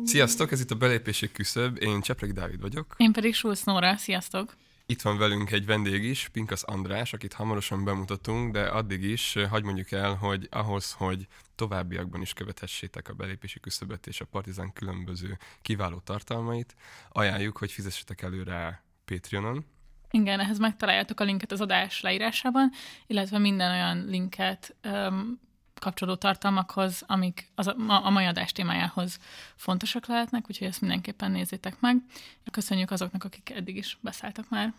Sziasztok, ez itt a Belépési Küszöb, én Csepregi Dávid vagyok. Én pedig Schulz Nóra, sziasztok! Itt van velünk egy vendég is, Pinkasz András, akit hamarosan bemutatunk, de addig is hadd mondjuk el, hogy ahhoz, hogy továbbiakban is követhessétek a Belépési Küszöböt és a Partizán különböző kiváló tartalmait, ajánljuk, hogy fizessetek előre Patreonon. Igen, ehhez megtaláljátok a linket az adás leírásában, illetve minden olyan linket kapcsolódó tartalmakhoz, amik a mai adás témájához fontosak lehetnek, úgyhogy ezt mindenképpen nézzétek meg. Köszönjük azoknak, akik eddig is beszálltak már.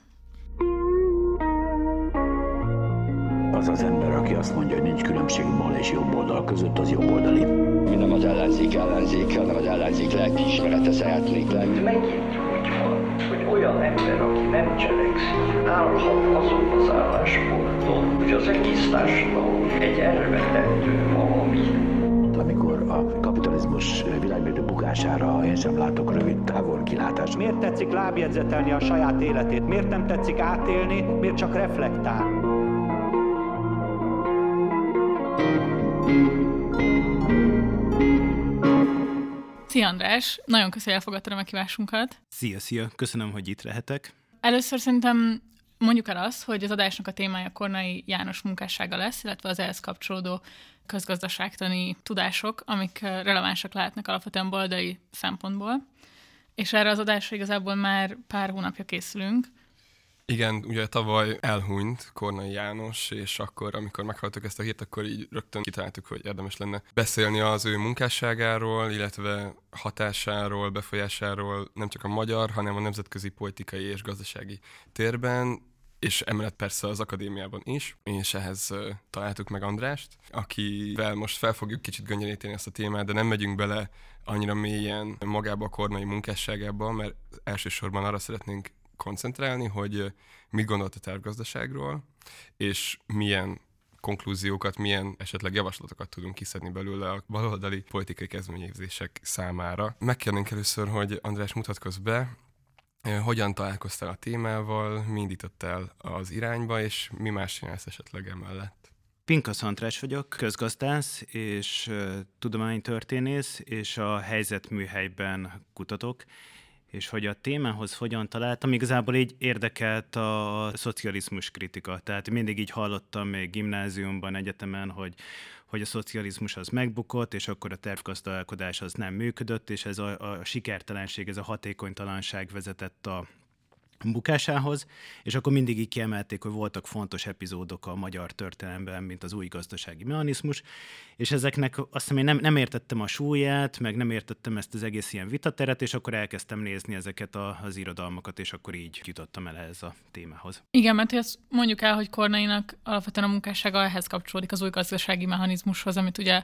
Az az ember, aki azt mondja, hogy nincs különbség bal és jobb oldal között, az jobb oldali. Mi nem az ellenzék, hanem az ellenzék lelkiismerete szeretnék lenni. Megint úgy van, hogy olyan ember, aki nem cselekszik, állhat azon az állásponton, hogy az egész társadalom egy elvetendő valami. Amikor a kapitalizmus világméretű bukására én sem látok rövid távol kilátást. Miért tetszik lábjegyzetelni a saját életét? Miért nem tetszik átélni? Miért csak reflektál? Szia András! Nagyon köszönöm, hogy elfogadtad a meghívásunkat. Szia! Köszönöm, hogy itt lehetek. Először szerintem mondjuk el azt, hogy az adásnak a témája Kornai János munkássága lesz, illetve az ehhez kapcsolódó közgazdaságtani tudások, amik relevánsak lehetnek alapvetően baloldali szempontból. És erre az adásra igazából már pár hónapja készülünk. Igen, ugye tavaly elhunyt Kornai János, és akkor, amikor meghallottuk ezt a hírt, akkor így rögtön kitaláltuk, hogy érdemes lenne beszélni az ő munkásságáról, illetve hatásáról, befolyásáról nem csak a magyar, hanem a nemzetközi politikai és gazdasági térben, és emellett persze az akadémiában is, és ehhez találtuk meg Andrást, akivel most fel fogjuk kicsit göngyölíteni ezt a témát, de nem megyünk bele annyira mélyen magába a Kornai munkásságába, mert elsősorban arra szeretnénk koncentrálni, hogy mit gondolt a tervgazdaságról, és milyen konklúziókat, milyen esetleg javaslatokat tudunk kiszedni belőle a baloldali politikai kezdeményezések számára. Megkérnénk először, hogy András, mutatkozz be, hogyan találkoztál a témával, mi indított el az irányba, és mi más csinálsz esetleg emellett? Pinkasz András vagyok, közgazdász és tudománytörténész, és a helyzetműhelyben kutatok, és hogy a témához hogyan találtam, igazából így érdekelt a szocializmus kritika. Tehát mindig így hallottam még gimnáziumban, egyetemen, hogy a szocializmus az megbukott, és akkor a tervgazdálkodás az nem működött, és ez a sikertelenség, ez a hatékonytalanság vezetett a bukásához, és akkor mindig így kiemelték, hogy voltak fontos epizódok a magyar történelemben, mint az új gazdasági mechanizmus, és ezeknek azt hiszem, én nem értettem a súlyát, meg nem értettem ezt az egész ilyen vitateret, és akkor elkezdtem nézni ezeket az irodalmakat, és akkor így jutottam el ehhez a témához. Igen, mert ezt mondjuk el, hogy Kornainak alapvetően a munkássága ehhez kapcsolódik az új gazdasági mechanizmushoz, amit ugye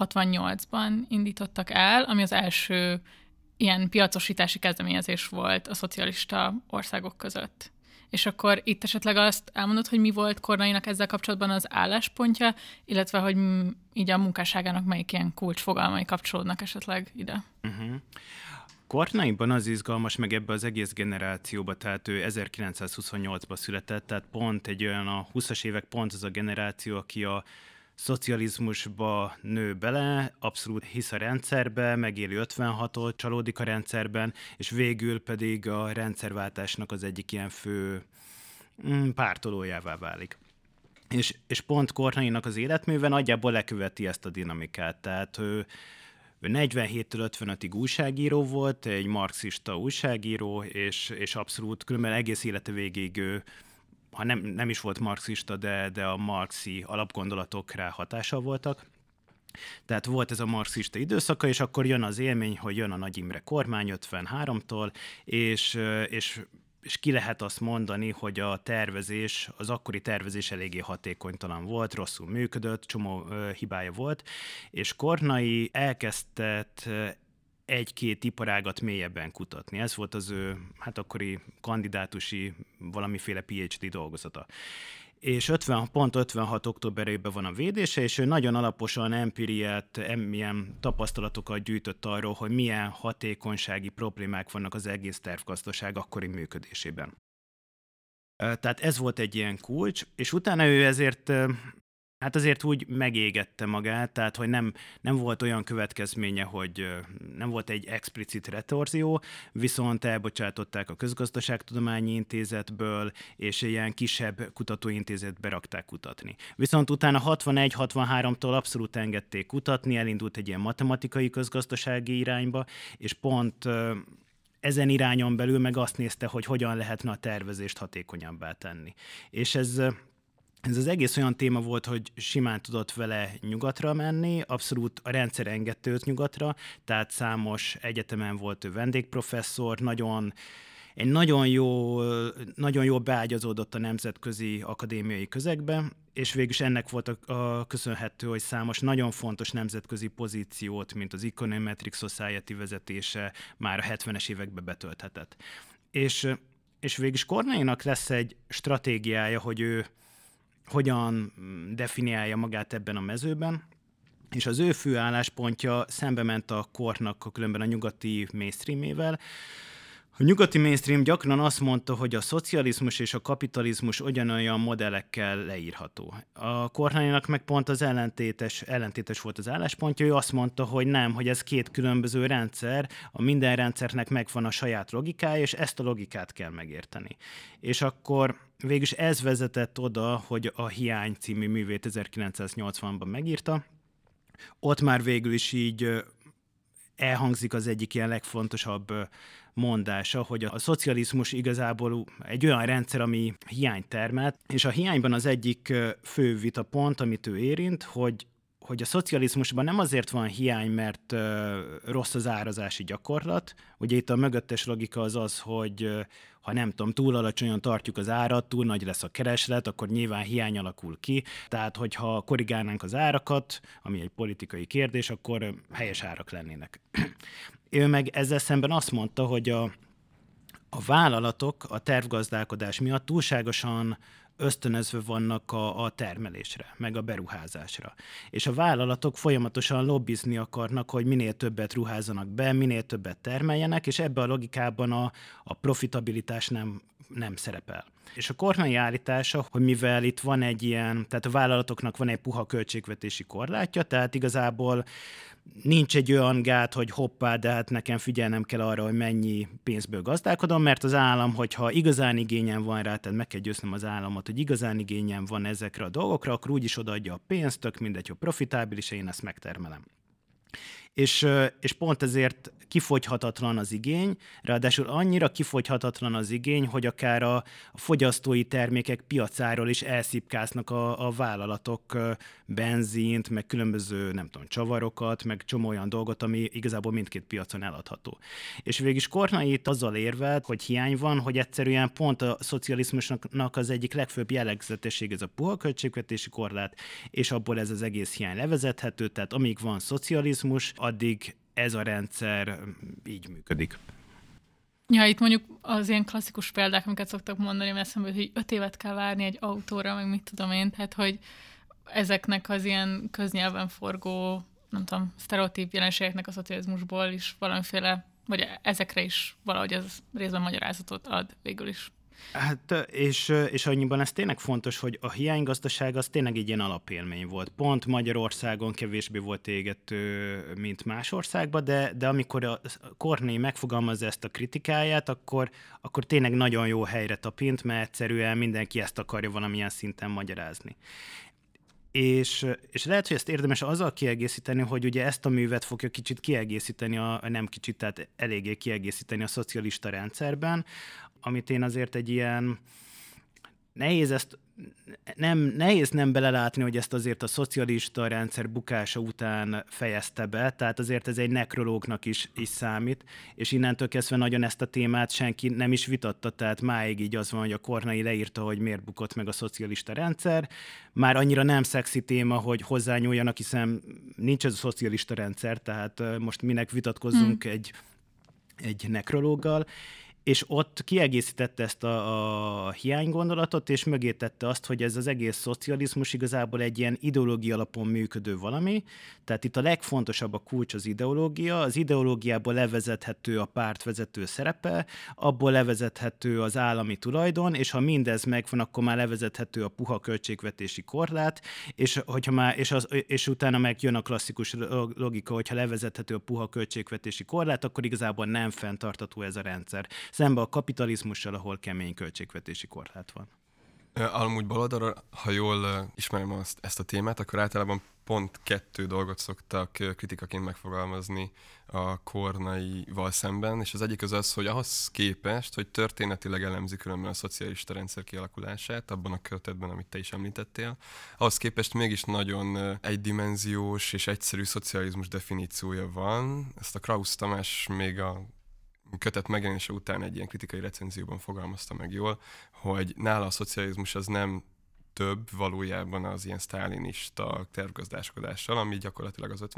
68-ban indítottak el, ami az első ilyen piacosítási kezdeményezés volt a szocialista országok között. És akkor itt esetleg azt elmondod, hogy mi volt Kornainak ezzel kapcsolatban az álláspontja, illetve hogy így a munkásságának melyik ilyen kulcsfogalmai kapcsolódnak esetleg ide. Kornaiban az izgalmas, meg ebbe az egész generációba, tehát ő 1928-ban született, tehát pont egy olyan a 20-as évek pont az a generáció, aki a szocializmusba nő bele, abszolút hisz a rendszerbe, megéli 56-ot, csalódik a rendszerben, és végül pedig a rendszerváltásnak az egyik ilyen fő pártolójává válik. És pont Kornainak az életműve nagyjából leköveti ezt a dinamikát, tehát ő 47-től 55-ig újságíró volt, egy marxista újságíró, és abszolút különben egész élete végéig ő, ha nem is volt marxista, de a marxi alapgondolatokra hatással voltak. Tehát volt ez a marxista időszaka, és akkor jön az élmény, hogy jön a Nagy Imre kormány 53-tól, és ki lehet azt mondani, hogy a tervezés, az akkori tervezés eléggé hatékonytalan volt, rosszul működött, csomó hibája volt, és Kornai elkezdett egy-két iparágat mélyebben kutatni. Ez volt az ő akkori kandidátusi valamiféle PhD dolgozata. És pont 56. októberében van a védése, és ő nagyon alaposan empíriát, milyen tapasztalatokat gyűjtött arról, hogy milyen hatékonysági problémák vannak az egész tervgazdaság akkori működésében. Tehát ez volt egy ilyen kulcs, és utána ő ezért hát azért úgy megégette magát, tehát hogy nem volt olyan következménye, hogy nem volt egy explicit retorzió, viszont elbocsátották a Közgazdaságtudományi Intézetből, és ilyen kisebb kutatóintézetbe rakták kutatni. Viszont utána 61-63-tól abszolút engedték kutatni, elindult egy ilyen matematikai közgazdasági irányba, és pont ezen irányon belül meg azt nézte, hogy hogyan lehetne a tervezést hatékonyabbá tenni. És ez az egész olyan téma volt, hogy simán tudott vele nyugatra menni, abszolút a rendszer engedte őt nyugatra, tehát számos egyetemen volt ő vendégprofesszor, nagyon jól beágyazódott a nemzetközi akadémiai közegbe, és végülis ennek volt a köszönhető, hogy számos nagyon fontos nemzetközi pozíciót, mint az Econometric Society vezetése már a 70-es években betölthetett. És végülis Corneinak lesz egy stratégiája, hogy ő hogyan definiálja magát ebben a mezőben, és az ő fő álláspontja szembe ment a kornak különben a nyugati mainstreamével. A nyugati mainstream gyakran azt mondta, hogy a szocializmus és a kapitalizmus ugyanolyan modellekkel leírható. A Corneinak meg pont az ellentétes volt az álláspontja, ő azt mondta, hogy nem, hogy ez két különböző rendszer, a minden rendszernek megvan a saját logikája, és ezt a logikát kell megérteni. És akkor végülis ez vezetett oda, hogy a Hiány című művét 1980-ban megírta. Ott már végül is így elhangzik az egyik ilyen legfontosabb mondása, hogy a szocializmus igazából egy olyan rendszer, ami hiányt termelt, és a hiányban az egyik fő vitapont, amit ő érint, hogy a szocializmusban nem azért van hiány, mert rossz az árazási gyakorlat. Ugye itt a mögöttes logika az, hogy ha nem tudom, túl alacsonyan tartjuk az árat, túl nagy lesz a kereslet, akkor nyilván hiány alakul ki. Tehát, hogyha korrigálnánk az árakat, ami egy politikai kérdés, akkor helyes árak lennének. Ő meg ezzel szemben azt mondta, hogy a vállalatok a tervgazdálkodás miatt túlságosan ösztönözve vannak a termelésre, meg a beruházásra. És a vállalatok folyamatosan lobbizni akarnak, hogy minél többet ruházzanak be, minél többet termeljenek, és ebben a logikában a profitabilitás nem szerepel. És a Cornei állítása, hogy mivel itt van egy ilyen, tehát a vállalatoknak van egy puha költségvetési korlátja, tehát igazából nincs egy olyan gát, hogy hoppá, de hát nekem figyelnem kell arra, hogy mennyi pénzből gazdálkodom, mert az állam, hogyha igazán igényem van rá, tehát meg kell győznöm az államot, hogy igazán igényem van ezekre a dolgokra, akkor úgyis odaadja a pénzt, tök mindegy, hogy profitábilis, én ezt megtermelem. És pont ezért kifogyhatatlan az igény, ráadásul annyira kifogyhatatlan az igény, hogy akár a fogyasztói termékek piacáról is elszipkáznak a vállalatok benzint, meg különböző, nem tudom, csavarokat, meg csomó olyan dolgot, ami igazából mindkét piacon eladható. És végülis Cornei itt azzal érvelt, hogy hiány van, hogy egyszerűen pont a szocializmusnak az egyik legfőbb jellegzetesség ez a puha költségvetési korlát, és abból ez az egész hiány levezethető, tehát amíg van szocializmus, addig ez a rendszer így működik. Ja, itt mondjuk az ilyen klasszikus példák, amiket szoktak mondani, mert eszembe, hogy 5 évet kell várni egy autóra, meg mit tudom én, tehát hogy ezeknek az ilyen köznyelven forgó, nem tudom, sztereotíp jelenségeknek a szocializmusból is valamiféle, vagy ezekre is valahogy ez részben magyarázatot ad végül is. Hát, és annyiban ez tényleg fontos, hogy a hiánygazdaság az tényleg egy ilyen alapélmény volt. Pont Magyarországon kevésbé volt égető, mint más országban, de amikor a Cornei megfogalmazza ezt a kritikáját, akkor tényleg nagyon jó helyre tapint, mert egyszerűen mindenki ezt akarja valamilyen szinten magyarázni. És lehet, hogy ezt érdemes azzal kiegészíteni, hogy ugye ezt a művet fogja kicsit kiegészíteni, nem kicsit, tehát eléggé kiegészíteni a szocialista rendszerben, amit én azért egy ilyen nehéz nem belelátni, hogy ezt azért a szocialista rendszer bukása után fejezte be, tehát azért ez egy nekrológnak is számít, és innentől kezdve nagyon ezt a témát senki nem is vitatta, tehát máig így az van, hogy a Cornei leírta, hogy miért bukott meg a szocialista rendszer, már annyira nem szexi téma, hogy hozzányúljanak, hiszen nincs ez a szocialista rendszer, tehát most minek vitatkozzunk egy nekrológgal, és ott kiegészítette ezt a hiánygondolatot, és mögé tette azt, hogy ez az egész szocializmus igazából egy ilyen ideológia alapon működő valami, tehát itt a legfontosabb a kulcs az ideológiából levezethető a pártvezető szerepe, abból levezethető az állami tulajdon, és ha mindez megvan, akkor már levezethető a puha költségvetési korlát, és utána meg jön a klasszikus logika, hogyha levezethető a puha költségvetési korlát, akkor igazából nem fenntartható ez a rendszer. Szemben a kapitalizmussal, ahol kemény költségvetési korlát van. Amúgy baloldalra, ha jól ismerem ezt a témát, akkor általában pont 2 dolgot szoktak kritikaként megfogalmazni a Kornaival szemben, és az egyik az, hogy ahhoz képest, hogy történetileg elemzi különben a szocialista rendszer kialakulását, abban a kötetben, amit te is említettél, ahhoz képest mégis nagyon egydimenziós és egyszerű szocializmus definíciója van. Ezt a Krausz Tamás még a kötet megjelenése után egy ilyen kritikai recenzióban fogalmazta meg jól, hogy nála a szocializmus az nem több valójában az ilyen sztálinista tervgazdálkodással, ami gyakorlatilag az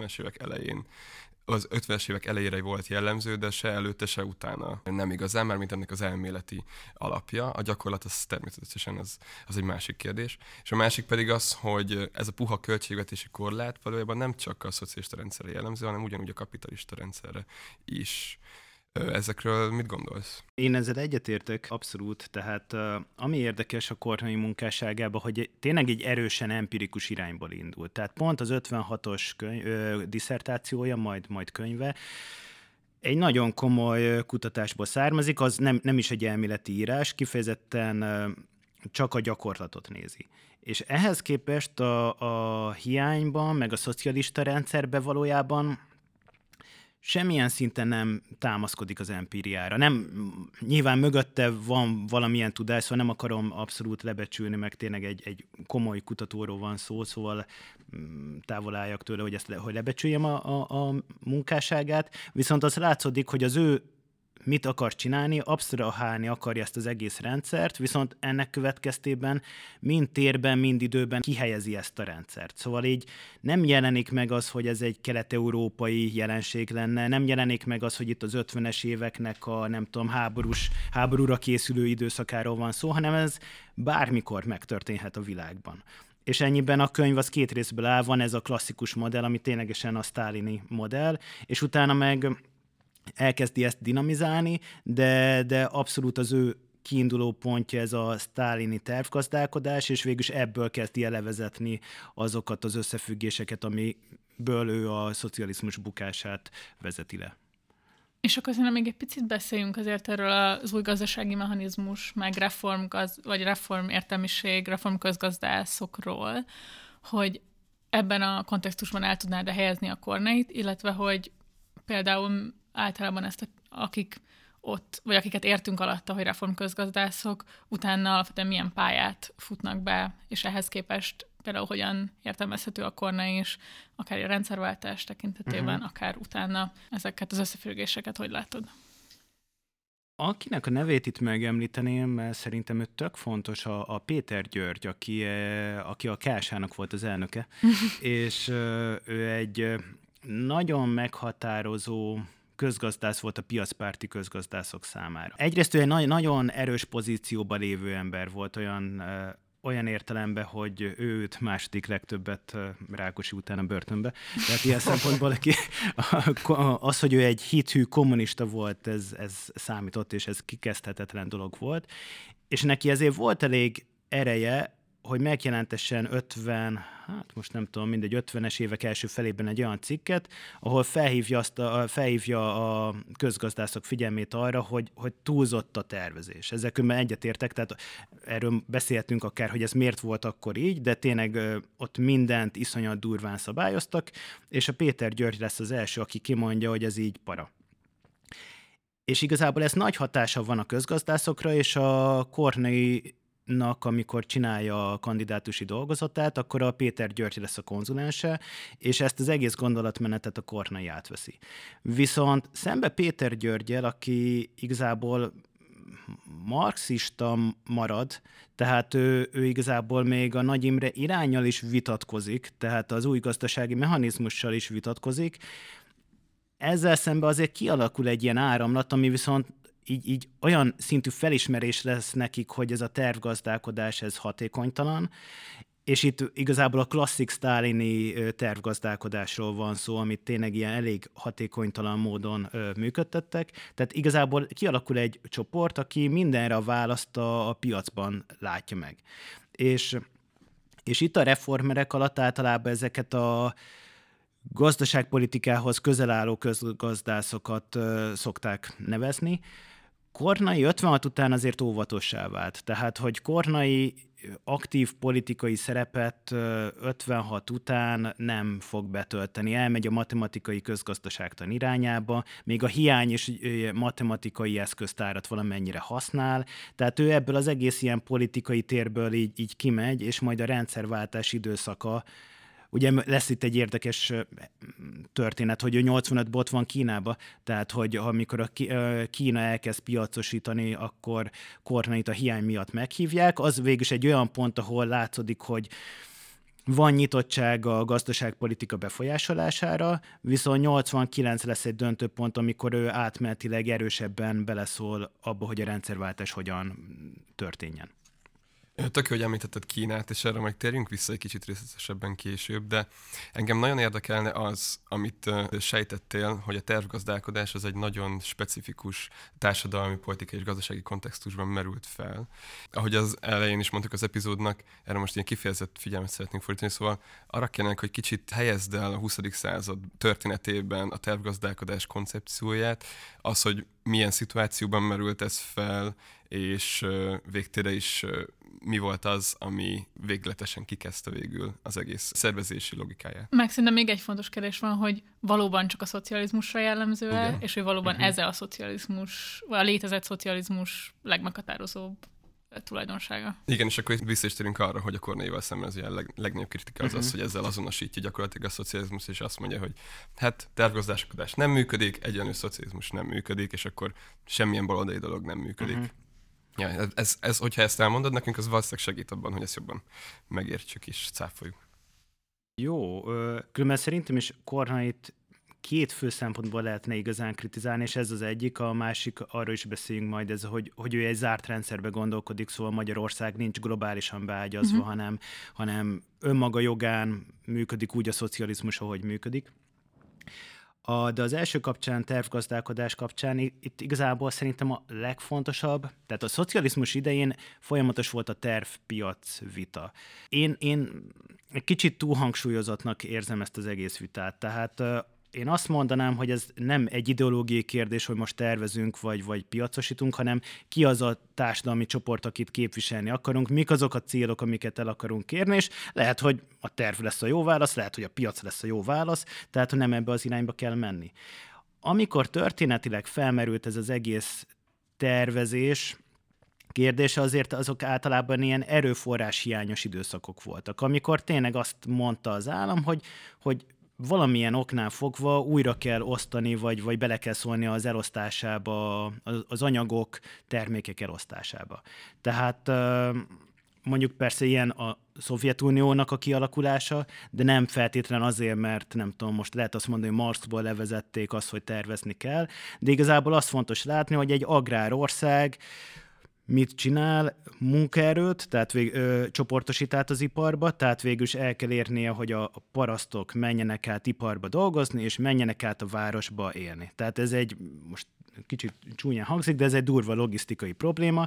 50-es évek elejére volt jellemző, de se előtte, se utána nem igazán, mert mint ennek az elméleti alapja. A gyakorlat az természetesen az egy másik kérdés. És a másik pedig az, hogy ez a puha költségvetési korlát valójában nem csak a szocialista rendszerre jellemző, hanem ugyanúgy a kapitalista rendszerre is. Ezekről mit gondolsz? Én ezzel egyetértek abszolút, tehát ami érdekes a Kornai munkásságában, hogy tényleg egy erősen empirikus irányból indult. Tehát pont az 56-os disszertációja, majd könyve, egy nagyon komoly kutatásból származik, az nem is egy elméleti írás, kifejezetten csak a gyakorlatot nézi. És ehhez képest a hiányban, meg a szocialista rendszerben valójában semmilyen szinten nem támaszkodik az empíriára. Nyilván mögötte van valamilyen tudás, szóval nem akarom abszolút lebecsülni, meg tényleg egy komoly kutatóról van szó, szóval távol álljak tőle, hogy lebecsüljem a munkásságát, viszont az látszódik, hogy az ő mit akar csinálni, absztrahálni akarja ezt az egész rendszert, viszont ennek következtében mind térben, mind időben kihelyezi ezt a rendszert. Szóval így nem jelenik meg az, hogy ez egy kelet-európai jelenség lenne, nem jelenik meg az, hogy itt az 50-es éveknek a nem tudom, háborúra készülő időszakáról van szó, hanem ez bármikor megtörténhet a világban. És ennyiben a könyv az 2 részből áll, van ez a klasszikus modell, ami ténylegesen a sztálini modell, és utána meg elkezdi ezt dinamizálni, de abszolút az ő kiinduló pontja ez a sztálini tervgazdálkodás, és végülis ebből kezdi el levezetni azokat az összefüggéseket, amiből ő a szocializmus bukását vezeti le. És akkor szerintem még egy picit beszéljünk azért erről az új gazdasági mechanizmus, meg reform értelmiség, reform közgazdászokról, hogy ebben a kontextusban el tudnád helyezni a Kornait, illetve hogy például általában akik ott, vagy akiket értünk alatta, hogy reformközgazdászok, utána alapvetően milyen pályát futnak be, és ehhez képest például hogyan értelmezhető a Kornai is, akár a rendszerváltás tekintetében, akár utána ezeket az összefüggéseket, hogy látod? Akinek a nevét itt megemlíteném, mert szerintem ő tök fontos, a Péter György, aki a KSH-nak volt az elnöke, és ő egy nagyon meghatározó közgazdász volt a piacpárti közgazdászok számára. Egyrészt ő egy nagyon erős pozícióban lévő ember volt, olyan értelemben, hogy őt második legtöbbet Rákosi után a börtönbe. Tehát ilyen szempontból az, hogy ő egy hithű kommunista volt, ez számított, és ez kikezdhetetlen dolog volt. És neki ezért volt elég ereje, hogy megjelentessen 50-es évek első felében egy olyan cikket, ahol felhívja a közgazdászok figyelmét arra, hogy túlzott a tervezés. Ezekben egyetértek, tehát erről beszélhetünk akár, hogy ez miért volt akkor így, de tényleg ott mindent iszonyat durván szabályoztak, és a Péter György lesz az első, aki kimondja, hogy ez így para. És igazából ez nagy hatása van a közgazdászokra, és a Kornai amikor csinálja a kandidátusi dolgozatát, akkor a Péter György lesz a konzulense, és ezt az egész gondolatmenetet a Kornai átveszi. Viszont szembe Péter Györgyel, aki igazából marxista marad, tehát ő igazából még a Nagy Imre iránnyal is vitatkozik, tehát az új gazdasági mechanizmussal is vitatkozik. Ezzel szemben azért kialakul egy ilyen áramlat, ami viszont így olyan szintű felismerés lesz nekik, hogy ez a tervgazdálkodás ez hatékonytalan, és itt igazából a klasszik sztálini tervgazdálkodásról van szó, amit tényleg ilyen elég hatékonytalan módon működtettek. Tehát igazából kialakul egy csoport, aki mindenre a választ a piacban látja meg. És itt a reformerek alatt általában ezeket a gazdaságpolitikához közel álló közgazdászokat szokták nevezni. Kornai 56 után azért óvatossá vált. Tehát, hogy Kornai aktív politikai szerepet 56 után nem fog betölteni. Elmegy a matematikai közgazdaságtan irányába, még a hiány és matematikai eszköztárat valamennyire használ. Tehát ő ebből az egész ilyen politikai térből így kimegy, és majd a rendszerváltás időszaka. Ugye lesz itt egy érdekes történet, hogy ő 85-ben ott van Kínába, tehát hogy amikor a Kína elkezd piacosítani, akkor Kornait a hiány miatt meghívják. Az végülis egy olyan pont, ahol látszódik, hogy van nyitottság a gazdaságpolitika befolyásolására, viszont 89 lesz egy döntőpont, amikor ő átmenetileg erősebben beleszól abba, hogy a rendszerváltás hogyan történjen. Tök jó, hogy említetted Kínát, és erre meg térjünk vissza egy kicsit részletesebben később, de engem nagyon érdekelne az, amit sejtettél, hogy a tervgazdálkodás az egy nagyon specifikus társadalmi, politikai és gazdasági kontextusban merült fel. Ahogy az elején is mondtuk az epizódnak, erre most ilyen kifejezett figyelmet szeretnénk fordítani, szóval arra kellene, hogy kicsit helyezd el a 20. század történetében a tervgazdálkodás koncepcióját, az, hogy milyen szituációban merült ez fel, és végtére is mi volt az, ami végletesen kikezdte végül az egész szervezési logikáját. Meg szerintem még egy fontos kérdés van, hogy valóban csak a szocializmusra jellemző-e, igen. És hogy valóban ez a szocializmus, vagy a létezett szocializmus legmeghatározóbb tulajdonsága. Igen, és akkor vissza is térünk arra, hogy a Kornaival szemben az ilyen legnagyobb kritika az, hogy ezzel azonosítja gyakorlatilag a szocializmus, és azt mondja, hogy hát tervgazdálkodás nem működik, egyenlő szocializmus nem működik, és akkor semmilyen baloldali dolog nem működik. Ja, ez, hogyha ezt elmondod nekünk, az valószínűleg segít abban, hogy ezt jobban megértsük és cáfoljuk. Jó, különben szerintem is Kornait két fő szempontból lehetne igazán kritizálni, és ez az egyik, a másik, arról is beszéljünk majd, ez, hogy ő egy zárt rendszerbe gondolkodik, szóval Magyarország nincs globálisan beágyazva, hanem önmaga jogán működik úgy a szocializmus, ahogy működik. De az első kapcsán, tervgazdálkodás kapcsán itt igazából szerintem a legfontosabb, tehát a szocializmus idején folyamatos volt a tervpiac vita. Én egy kicsit túlhangsúlyozottnak érzem ezt az egész vitát, tehát én azt mondanám, hogy ez nem egy ideológiai kérdés, hogy most tervezünk vagy piacosítunk, hanem ki az a társadalmi csoport, akit képviselni akarunk, mik azok a célok, amiket el akarunk érni, és lehet, hogy a terv lesz a jó válasz, lehet, hogy a piac lesz a jó válasz, tehát nem ebbe az irányba kell menni. Amikor történetileg felmerült ez az egész tervezés kérdése, azért azok általában ilyen erőforrás hiányos időszakok voltak, amikor tényleg azt mondta az állam, hogy valamilyen oknál fogva újra kell osztani, vagy bele kell szólni az elosztásába, az anyagok, termékek elosztásába. Tehát mondjuk persze ilyen a Szovjetuniónak a kialakulása, de nem feltétlenül azért, mert nem tudom, most lehet azt mondani, hogy Marxból levezették azt, hogy tervezni kell, de igazából azt fontos látni, hogy egy agrárország mit csinál? Munkaerőt, tehát csoportosít át az iparba, tehát végül is el kell érnie, hogy a parasztok menjenek át iparba dolgozni, és menjenek át a városba élni. Tehát ez egy, most kicsit csúnyán hangzik, de ez egy durva logisztikai probléma,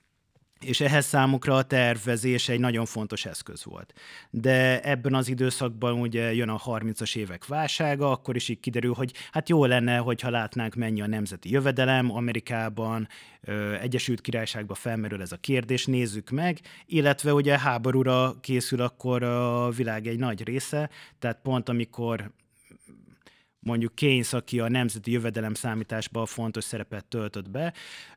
és ehhez számukra a tervezés egy nagyon fontos eszköz volt. De ebben az időszakban ugye jön a 30-as évek válsága, akkor is így kiderül, hogy hát jó lenne, hogyha látnánk, mennyi a nemzeti jövedelem Amerikában, Egyesült Királyságban felmerül ez a kérdés, nézzük meg, illetve ugye háborúra készül akkor a világ egy nagy része, tehát pont amikor mondjuk Keynes, aki a nemzeti jövedelem számításban fontos szerepet töltött be.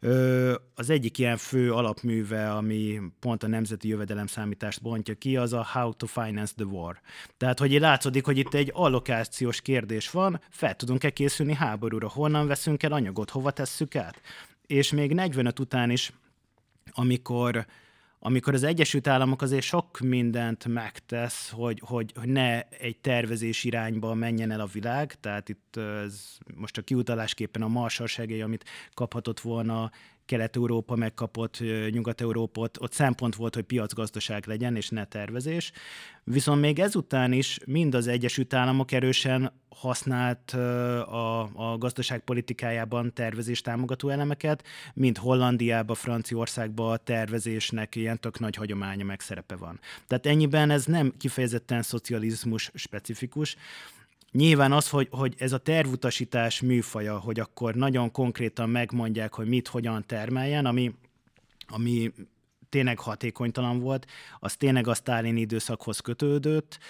Az egyik ilyen fő alapműve, ami pont a nemzeti jövedelem számítást bontja ki, az a How to Finance the War. Tehát, hogy látszódik, hogy itt egy allokációs kérdés van, fel tudunk-e készülni háborúra, honnan veszünk el anyagot, hova tesszük át? És még 45 után is, amikor amikor az Egyesült Államok azért sok mindent megtesz, hogy ne egy tervezés irányba menjen el a világ, tehát itt ez most a kiutalásképpen a Marshall segély, amit kaphatott volna Kelet-Európa, megkapott Nyugat-Európa, ott szempont volt, hogy piacgazdaság legyen, és ne tervezés. Viszont még ezután is mind az Egyesült Államok erősen használt a gazdaságpolitikájában tervezés támogató elemeket, mind Hollandiában, Franciaországban a tervezésnek ilyen tök nagy hagyománya meg szerepe van. Tehát ennyiben ez nem kifejezetten szocializmus specifikus. Nyilván az, hogy ez a tervutasítás műfaja, hogy akkor nagyon konkrétan megmondják, hogy mit, hogyan termeljen, ami tényleg hatékonytalan volt, az tényleg a sztálini időszakhoz kötődött.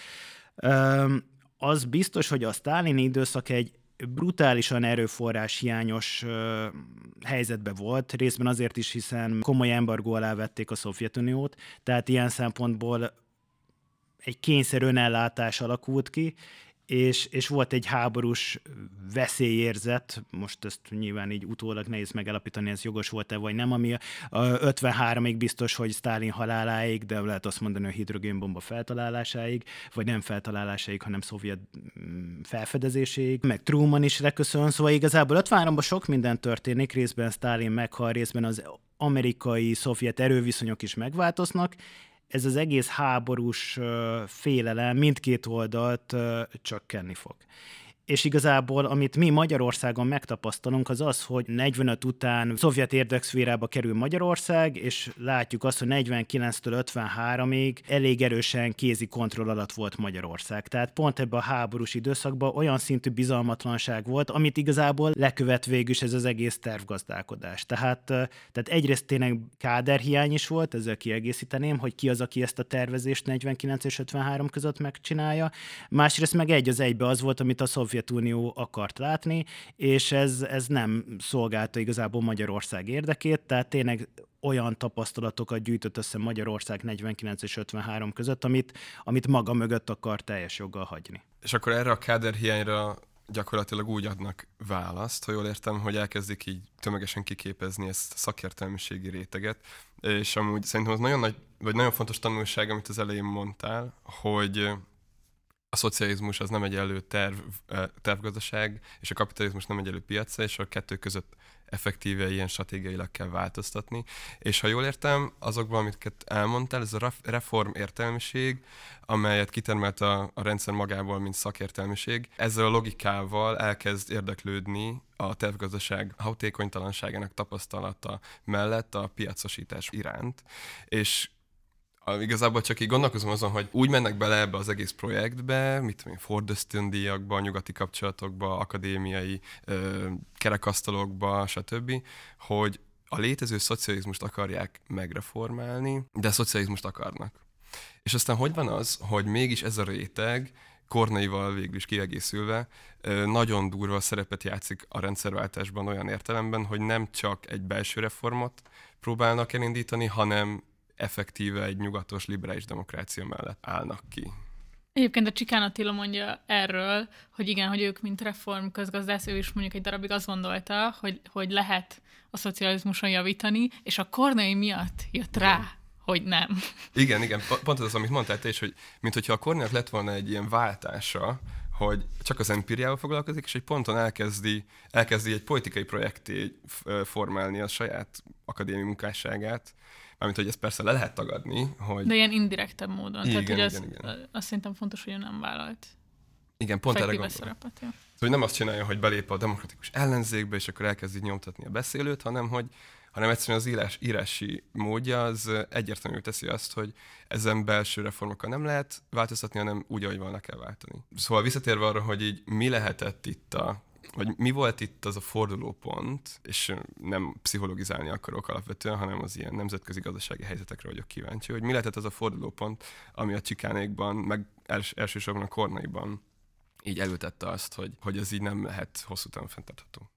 Az biztos, hogy a sztálini időszak egy brutálisan erőforrás hiányos helyzetben volt, részben azért is, hiszen komoly embargó alá vették a Szovjetuniót, tehát ilyen szempontból egy kényszer önellátás alakult ki, és volt egy háborús veszélyérzet, most ezt nyilván így utólag nehéz megállapítani, ez jogos volt-e vagy nem, ami 53-ig biztos, hogy Sztálin haláláig, de lehet azt mondani, a hidrogénbomba feltalálásáig, vagy nem feltalálásáig, hanem szovjet felfedezéséig, meg Truman is leköszön, szóval igazából 53-ban sok minden történik, részben Sztálin meghal, részben az amerikai-szovjet erőviszonyok is megváltoznak, ez az egész háborús félelem mindkét oldalt csökkenni fog. És igazából, amit mi Magyarországon megtapasztalunk, az az, hogy 45 után szovjet érdekszférába kerül Magyarország, és látjuk azt, hogy 49-től 53-ig elég erősen kézi kontroll alatt volt Magyarország. Tehát pont ebben a háborús időszakban olyan szintű bizalmatlanság volt, amit igazából lekövet végül is ez az egész tervgazdálkodás. Tehát egyrészt tényleg káderhiány is volt, ezzel kiegészíteném, hogy ki az, aki ezt a tervezést 49 és 53 között megcsinálja. Másrészt meg egy az egybe az volt, amit a Szovjetunió akart látni, és ez nem szolgálta igazából Magyarország érdekét, tehát tényleg olyan tapasztalatokat gyűjtött össze Magyarország 49 és 53 között, amit maga mögött akar teljes joggal hagyni. És akkor erre a káderhiányra gyakorlatilag úgy adnak választ, ha jól értem, hogy elkezdik így tömegesen kiképezni ezt a szakértelmiségi réteget, és amúgy szerintem az nagyon nagy, vagy nagyon fontos tanulság, amit az elején mondtál, hogy a szocializmus az nem egyenlő tervgazdaság, és a kapitalizmus nem egyenlő piac, és a kettő között effektíve ilyen stratégiailag kell változtatni. És ha jól értem, azokban, amiket elmondtál, ez a reform értelmiség, amelyet kitermelt a rendszer magából, mint szakértelmiség, ezzel a logikával elkezd érdeklődni a tervgazdaság hatékonytalanságának tapasztalata mellett a piacosítás iránt, és igazából csak így gondolkozom azon, hogy úgy mennek bele ebbe az egész projektbe, mit tudom én, Ford ösztöndíjakba, nyugati kapcsolatokba, akadémiai kerekasztalokba, stb., hogy a létező szocializmust akarják megreformálni, de szocializmust akarnak. És aztán hogy van az, hogy mégis ez a réteg Kornaival végül is kiegészülve nagyon durva szerepet játszik a rendszerváltásban olyan értelemben, hogy nem csak egy belső reformot próbálnak elindítani, hanem effektíve egy nyugatos liberális demokrácia mellett állnak ki. Egyébként a Csikán Attila mondja erről, hogy igen, hogy ők mint reform közgazdász, ő is mondjuk egy darabig azt gondolta, hogy lehet a szocializmuson javítani, és a Kornai miatt jött rá, hogy nem. Igen, pont az, amit mondtál te is, hogy minthogyha a Kornainak lett volna egy ilyen váltása, hogy csak az empíriával foglalkozik, és egy ponton elkezdi egy politikai projekté formálni a saját akadémiai munkásságát, mármint, hogy ezt persze le lehet tagadni, hogy... De ilyen indirektebb módon. Igen, tehát, igen. azt szerintem fontos, hogy ő nem vállalt. Igen, pont erre gondolom. Hogy nem azt csinálja, hogy belép a demokratikus ellenzékbe, és akkor elkezdi nyomtatni a beszélőt, hanem egyszerűen az írási módja az egyértelműen teszi azt, hogy ezen belső reformokkal nem lehet változtatni, hanem úgy, ahogy van, le kell váltani. Szóval visszatérve arra, hogy így mi lehetett itt vagy mi volt itt az a fordulópont, és nem pszichologizálni akarok alapvetően, hanem az ilyen nemzetközi gazdasági helyzetekre vagyok kíváncsi, hogy mi lehetett az a fordulópont, ami a Csikánékban, meg elsősorban a Kornaiban így elültette azt, hogy ez így nem lehet hosszú távon fenntartható.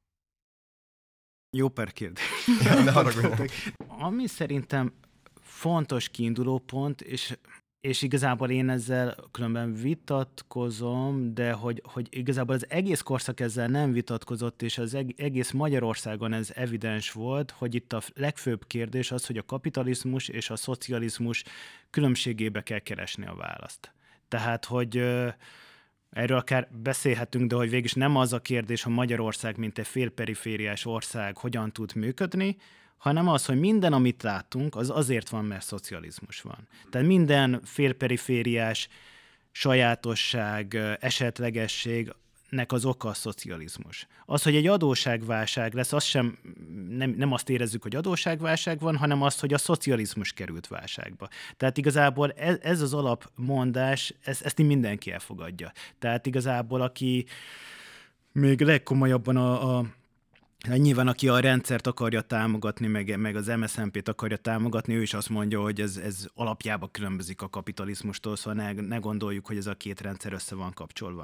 Jó per kérdés. Ne haragudj. Ami szerintem fontos kiindulópont, és és igazából én ezzel különben vitatkozom, de hogy igazából az egész korszak ezzel nem vitatkozott, és az egész Magyarországon ez evidens volt, hogy itt a legfőbb kérdés az, hogy a kapitalizmus és a szocializmus különbségébe kell keresni a választ. Tehát, hogy erről akár beszélhetünk, de hogy végülis nem az a kérdés, hogy Magyarország, mint egy félperifériás ország hogyan tud működni, hanem az, hogy minden, amit látunk, az azért van, mert szocializmus van. Tehát minden félperifériás sajátosság, esetlegességnek az oka a szocializmus. Az, hogy egy adósságválság lesz, az sem, nem azt érezzük, hogy adósságválság van, hanem azt, hogy a szocializmus került válságba. Tehát igazából ez az alapmondás, ezt mindenki elfogadja. Tehát igazából, aki még legkomolyabban nyilván, aki a rendszert akarja támogatni, meg az MSZNP-t akarja támogatni, ő is azt mondja, hogy ez alapjában különbözik a kapitalizmustól, szóval ne gondoljuk, hogy ez a két rendszer össze van kapcsolva.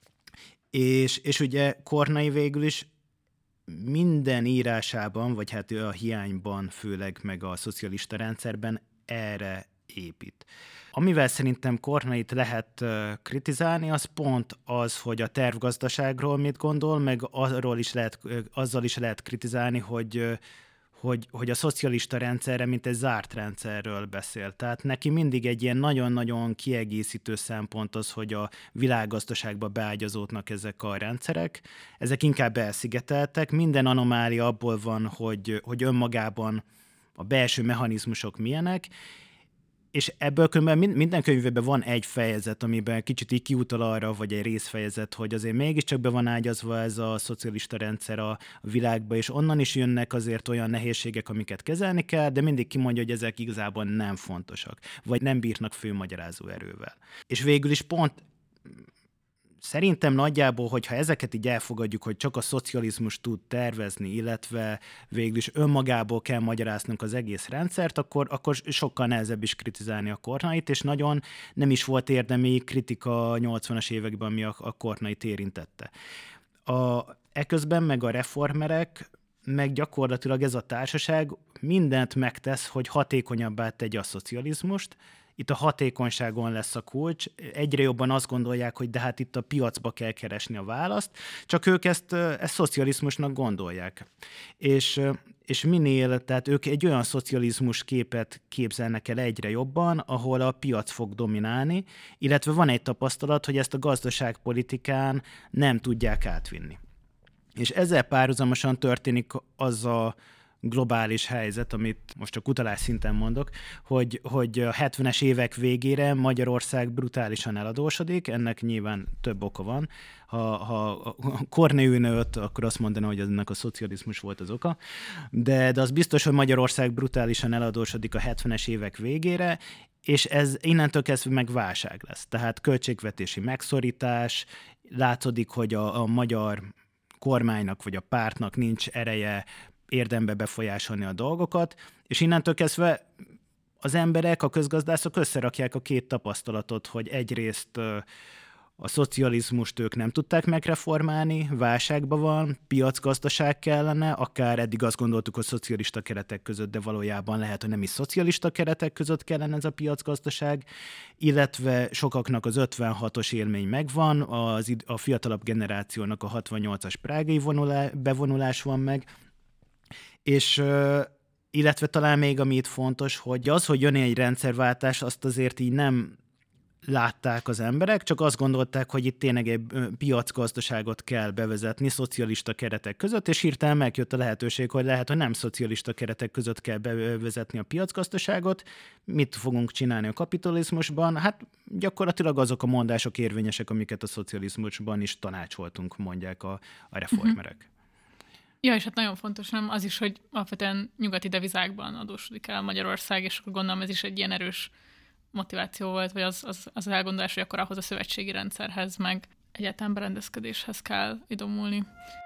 És ugye Kornai végül is minden írásában, vagy hát a hiányban, főleg meg a szocialista rendszerben erre épít. Amivel szerintem Kornait lehet kritizálni, az pont az, hogy a tervgazdaságról mit gondol, meg azzal is lehet kritizálni, hogy a szocialista rendszerre, mint egy zárt rendszerről beszél. Tehát neki mindig egy ilyen nagyon-nagyon kiegészítő szempont az, hogy a világgazdaságba beágyazódnak ezek a rendszerek. Ezek inkább elszigeteltek. Minden anomália abból van, hogy önmagában a belső mechanizmusok milyenek, és ebből különben minden könyvében van egy fejezet, amiben kicsit így kiutal arra, vagy egy részfejezet, hogy azért mégiscsak be van ágyazva ez a szocialista rendszer a világba, és onnan is jönnek azért olyan nehézségek, amiket kezelni kell, de mindig kimondja, hogy ezek igazából nem fontosak, vagy nem bírnak főmagyarázó erővel. És végül is pont szerintem nagyjából, hogyha ezeket így elfogadjuk, hogy csak a szocializmus tud tervezni, illetve végül is önmagából kell magyaráznunk az egész rendszert, akkor sokkal nehezebb is kritizálni a Kornait, és nagyon nem is volt érdemi kritika a 80-as években, ami a Kornait érintette. Eközben meg a reformerek, meg gyakorlatilag ez a társaság mindent megtesz, hogy hatékonyabbá tegye a szocializmust. Itt a hatékonyságon lesz a kulcs. Egyre jobban azt gondolják, hogy de hát itt a piacba kell keresni a választ, csak ők ezt szocializmusnak gondolják. És minél, tehát ők egy olyan szocializmus képet képzelnek el egyre jobban, ahol a piac fog dominálni, illetve van egy tapasztalat, hogy ezt a gazdaságpolitikán nem tudják átvinni. És ezzel párhuzamosan történik az a globális helyzet, amit most csak utalás szinten mondok, hogy a 70-es évek végére Magyarország brutálisan eladósodik, ennek nyilván több oka van. Ha Kornai ülne ott, akkor azt mondaná, hogy ennek a szocializmus volt az oka, de az biztos, hogy Magyarország brutálisan eladósodik a 70-es évek végére, és ez innentől kezdve meg válság lesz. Tehát költségvetési megszorítás, látszódik, hogy a magyar kormánynak vagy a pártnak nincs ereje érdembe befolyásolni a dolgokat, és innentől kezdve az emberek, a közgazdászok összerakják a két tapasztalatot, hogy egyrészt a szocializmust ők nem tudták megreformálni, válságban van, piacgazdaság kellene, akár eddig azt gondoltuk, hogy szocialista keretek között, de valójában lehet, hogy nem is szocialista keretek között kellene ez a piacgazdaság, illetve sokaknak az 56-os élmény megvan, a fiatalabb generációnak a 68-as prágai bevonulás van meg, és illetve talán még ami itt fontos, hogy az, hogy jön egy rendszerváltás, azt azért így nem látták az emberek, csak azt gondolták, hogy itt tényleg egy piacgazdaságot kell bevezetni szocialista keretek között, és hirtelen megjött a lehetőség, hogy lehet, hogy nem szocialista keretek között kell bevezetni a piacgazdaságot. Mit fogunk csinálni a kapitalizmusban? Hát gyakorlatilag azok a mondások érvényesek, amiket a szocializmusban is tanácsoltunk, mondják a reformerek. Ja, és hát nagyon fontos, nem az is, hogy alapvetően nyugati devizákban adósodik el Magyarország, és akkor gondolom ez is egy ilyen erős motiváció volt, vagy az elgondolás, hogy akkor ahhoz a szövetségi rendszerhez, meg egyáltalán berendezkedéshez kell idomulni.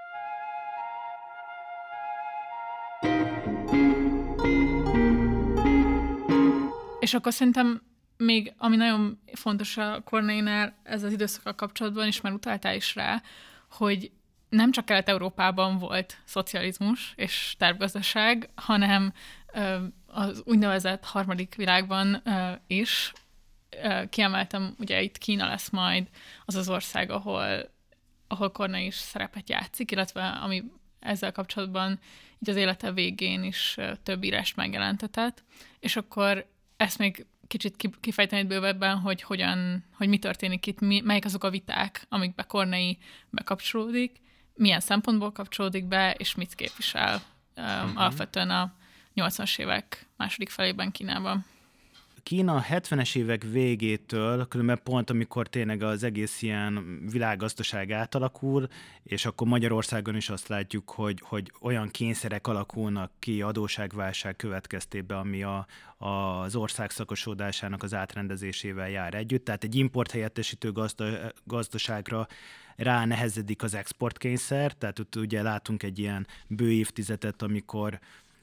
És akkor szerintem még, ami nagyon fontos a Kornainál ez az időszakkal kapcsolatban, és már utaltál is rá, hogy nem csak Kelet-Európában volt szocializmus és tervgazdaság, hanem az úgynevezett harmadik világban is, kiemeltem, ugye itt Kína lesz majd az az ország, ahol Korna is szerepet játszik, illetve ami ezzel kapcsolatban így az élete végén is több írást megjelentetett, és akkor ezt még kicsit kifejteni bővebben, hogy mi történik itt, melyik azok a viták, amikbe Kornai bekapcsolódik, milyen szempontból kapcsolódik be, és mit képvisel alapvetően a 80-as évek második felében Kínában. Kína 70-es évek végétől, különben pont amikor tényleg az egész ilyen világgazdaság átalakul, és akkor Magyarországon is azt látjuk, hogy olyan kényszerek alakulnak ki adósságválság következtében, ami az ország szakasodásának az átrendezésével jár együtt. Tehát egy importhelyettesítő gazdaságra ránehezedik az exportkényszer, tehát ott ugye látunk egy ilyen bő évtizedet, amikor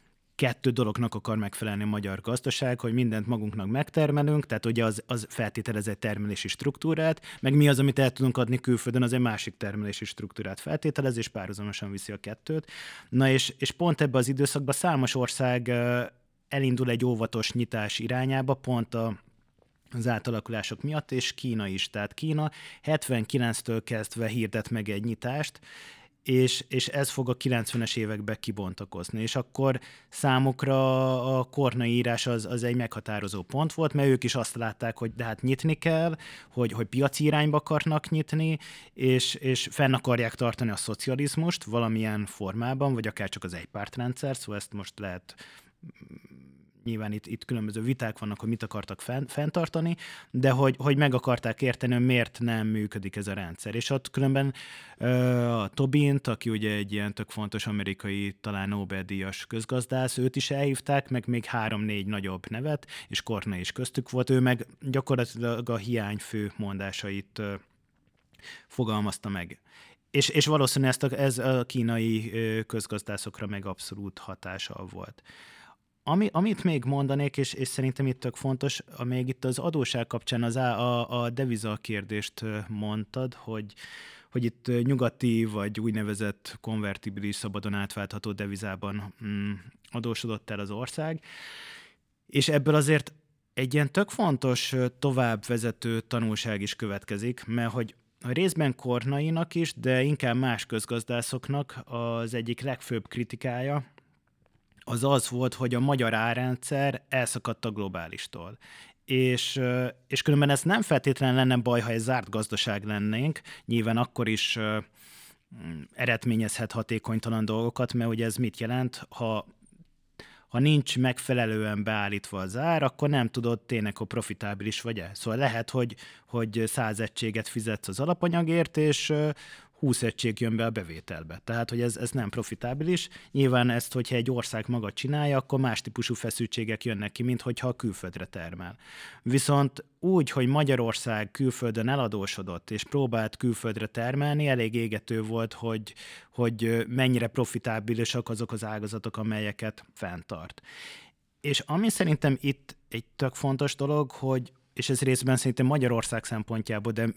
2 dolognak akar megfelelni a magyar gazdaság, hogy mindent magunknak megtermelünk, tehát ugye az feltételez egy termelési struktúrát, meg mi az, amit el tudunk adni külföldön, az egy másik termelési struktúrát feltételez, és párhuzamosan viszi a kettőt. Na és pont ebben az időszakban számos ország elindul egy óvatos nyitás irányába, pont az átalakulások miatt, és Kína is. Tehát Kína 79-től kezdve hirdet meg egy nyitást, és ez fog a 90-es években kibontakozni. És akkor számukra a Kornai írás az egy meghatározó pont volt, mert ők is azt látták, hogy de hát nyitni kell, hogy piaci irányba akarnak nyitni, és fenn akarják tartani a szocializmust valamilyen formában, vagy akár csak az egypártrendszer, szóval ezt most lehet... Nyilván itt különböző viták vannak, hogy mit akartak fenntartani, de hogy meg akarták érteni, hogy miért nem működik ez a rendszer. És ott különben a Tobint, aki ugye egy ilyen tök fontos amerikai, talán Nobel-díjas közgazdász, őt is elhívták, meg még 3-4 nagyobb nevet, és Kornai is köztük volt, ő meg gyakorlatilag a hiány fő mondásait fogalmazta meg. És valószínűleg ez a kínai közgazdászokra meg abszolút hatással volt. Amit még mondanék, és szerintem itt tök fontos, még itt az adósság kapcsán a deviza kérdést mondtad, hogy itt nyugati vagy úgynevezett konvertibilis, szabadon átváltható devizában adósodott el az ország, és ebből azért egy ilyen tök fontos továbbvezető tanulság is következik, mert hogy a részben Kornainak is, de inkább más közgazdászoknak az egyik legfőbb kritikája, az volt, hogy a magyar árrendszer elszakadt a globálistól. És különben ez nem feltétlenül lenne baj, ha egy zárt gazdaság lennénk, nyilván akkor is eredményezhet hatékonytalan dolgokat, mert ugye ez mit jelent, ha nincs megfelelően beállítva az ár, akkor nem tudod tényleg, hogy profitábilis vagy-e. Szóval lehet, hogy 100 egységet fizetsz az alapanyagért, és 20 egység jön be a bevételbe. Tehát, hogy ez nem profitábilis. Nyilván ezt, hogyha egy ország maga csinálja, akkor más típusú feszültségek jönnek ki, mint hogyha a külföldre termel. Viszont úgy, hogy Magyarország külföldön eladósodott, és próbált külföldre termelni, elég égető volt, hogy mennyire profitábilisak azok az ágazatok, amelyeket fenntart. És ami szerintem itt egy tök fontos dolog, és ez részben szerintem Magyarország szempontjából, de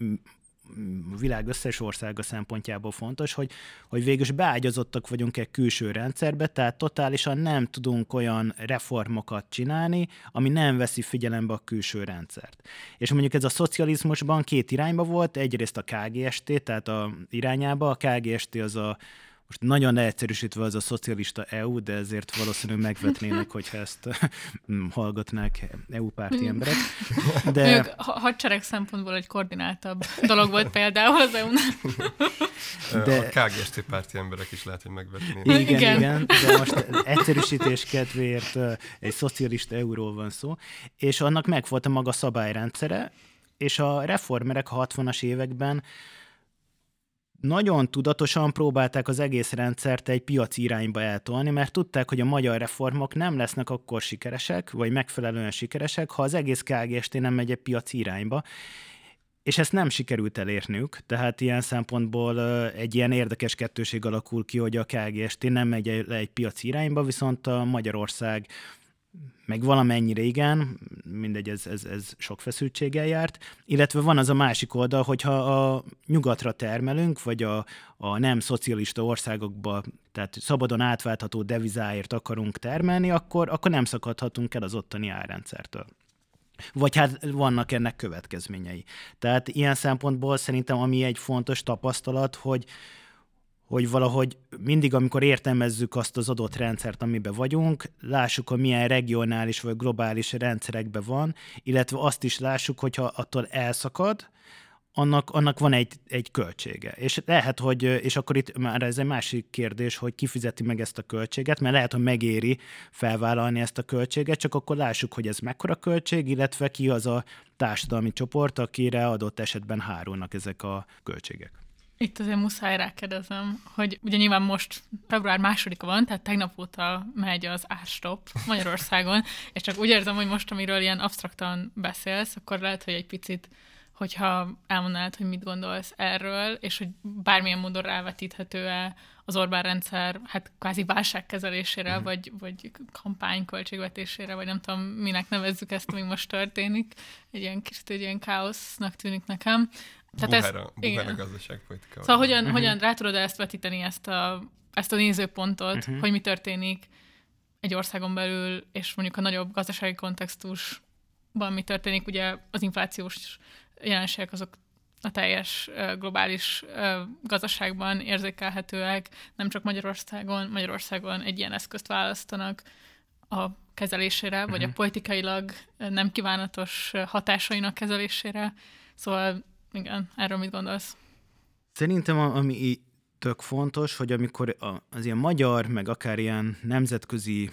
a világ összes országa szempontjából fontos, hogy végül is beágyazottak vagyunk egy külső rendszerbe, tehát totálisan nem tudunk olyan reformokat csinálni, ami nem veszi figyelembe a külső rendszert. És mondjuk ez a szocializmusban 2 irányba volt, egyrészt a KGST, tehát a irányába, a KGST az most nagyon leegyszerűsítve az a szocialista EU, de ezért valószínűleg megvetnének, hogyha ezt hallgatnák EU-párti emberek. De hadsereg szempontból egy koordináltabb dolog volt például az EU-nál. De a KGST párti emberek is lehet, hogy megvetnének. Igen, de most egyszerűsítés kedvéért egy szocialista EU-ról van szó, és annak meg volt a maga szabályrendszere, és a reformerek a 60-as években nagyon tudatosan próbálták az egész rendszert egy piaci irányba eltolni, mert tudták, hogy a magyar reformok nem lesznek akkor sikeresek, vagy megfelelően sikeresek, ha az egész KGST nem megy egy piaci irányba. És ezt nem sikerült elérniük, tehát ilyen szempontból egy ilyen érdekes kettőség alakul ki, hogy a KGST nem megy egy piaci irányba, viszont a Magyarország meg valamennyire igen, mindegy, ez sok feszültséggel járt, illetve van az a másik oldal, hogyha a nyugatra termelünk, vagy a nem szocialista országokba, tehát szabadon átváltható devizáért akarunk termelni, akkor nem szakadhatunk el az ottani árrendszertől. Vagy hát vannak ennek következményei. Tehát ilyen szempontból szerintem ami egy fontos tapasztalat, hogy valahogy mindig, amikor értelmezzük azt az adott rendszert, amiben vagyunk, lássuk, hogy milyen regionális vagy globális rendszerekben van, illetve azt is lássuk, hogyha attól elszakad, annak van egy költsége. És lehet, hogy, és akkor itt már ez egy másik kérdés, hogy ki fizeti meg ezt a költséget, mert lehet, hogy megéri felvállalni ezt a költséget, csak akkor lássuk, hogy ez mekkora költség, illetve ki az a társadalmi csoport, akire adott esetben hárulnak ezek a költségek. Itt azért muszáj rákérdezem, hogy ugye nyilván most február 2-a van, tehát tegnap óta megy az árstopp Magyarországon, és csak úgy érzem, hogy most, amiről ilyen absztraktan beszélsz, akkor lehet, hogy egy picit, hogyha elmondanád, hogy mit gondolsz erről, és hogy bármilyen módon rávetíthető-e az Orbán rendszer, hát kvázi válságkezelésére, vagy kampányköltségvetésére, vagy nem tudom, minek nevezzük ezt, ami most történik. Egy ilyen káosznak tűnik nekem. Buhára gazdaságpolitika. Szóval hogyan rá tudod ezt vetíteni, ezt a nézőpontot, hogy mi történik egy országon belül, és mondjuk a nagyobb gazdasági kontextusban mi történik, ugye az inflációs jelenségek azok a teljes globális gazdaságban érzékelhetőek, nem csak Magyarországon egy ilyen eszközt választanak a kezelésére, vagy a politikailag nem kívánatos hatásainak kezelésére. Szóval igen, erről mit gondolsz? Szerintem ami tök fontos, hogy amikor az ilyen magyar, meg akár ilyen nemzetközi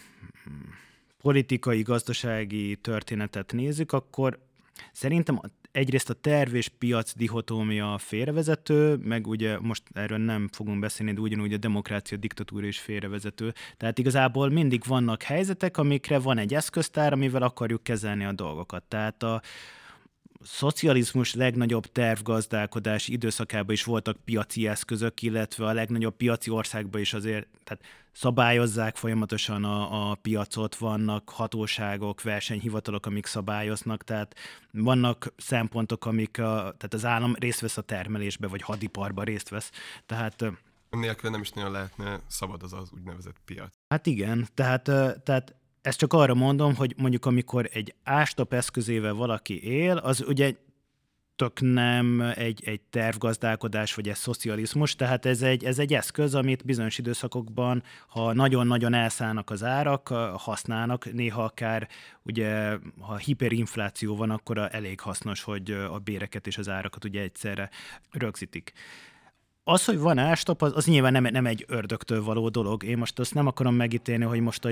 politikai, gazdasági történetet nézzük, akkor szerintem egyrészt a terv és piac dihotómia félrevezető, meg ugye most erről nem fogunk beszélni, de ugyanúgy a demokrácia, diktatúra is félrevezető. Tehát igazából mindig vannak helyzetek, amikre van egy eszköztár, amivel akarjuk kezelni a dolgokat. Tehát a szocializmus legnagyobb tervgazdálkodási időszakában is voltak piaci eszközök, illetve a legnagyobb piaci országban is azért tehát szabályozzák folyamatosan a piacot, vannak hatóságok, versenyhivatalok, amik szabályoznak, tehát vannak szempontok, tehát az állam részt vesz a termelésbe, vagy hadiparban részt vesz. Tehát nélkül nem is nagyon lehetne szabad az úgynevezett piac. Hát igen, tehát ezt csak arra mondom, hogy mondjuk amikor egy ástop eszközével valaki él, az ugye tök nem egy tervgazdálkodás, vagy egy szocializmus, tehát ez egy eszköz, amit bizonyos időszakokban, ha nagyon-nagyon elszállnak az árak, használnak, néha akár ugye, ha hiperinfláció van, akkor elég hasznos, hogy a béreket és az árakat ugye egyszerre rögzítik. Az, hogy van ástop, az nyilván nem egy ördögtől való dolog. Én most azt nem akarom megítélni, hogy most a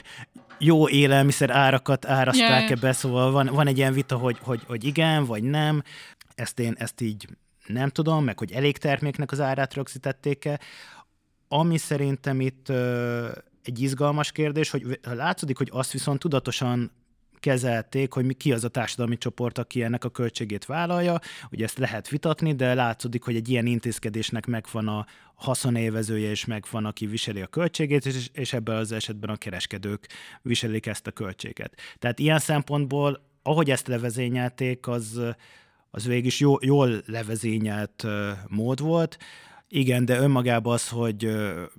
jó élelmiszer árakat áraszták-e be, szóval van egy ilyen vita, hogy igen, vagy nem. Ezt így nem tudom, meg hogy elég terméknek az árát rögzítették-e. Ami szerintem itt egy izgalmas kérdés, hogy látszódik, hogy azt viszont tudatosan kezelték, hogy ki az a társadalmi csoport, aki ennek a költségét vállalja. Ugye ezt lehet vitatni, de látszódik, hogy egy ilyen intézkedésnek megvan a haszonélvezője, és megvan, aki viseli a költségét, és ebben az esetben a kereskedők viselik ezt a költséget. Tehát ilyen szempontból, ahogy ezt levezényelték, az végig is jól levezényelt mód volt. Igen, de önmagában az, hogy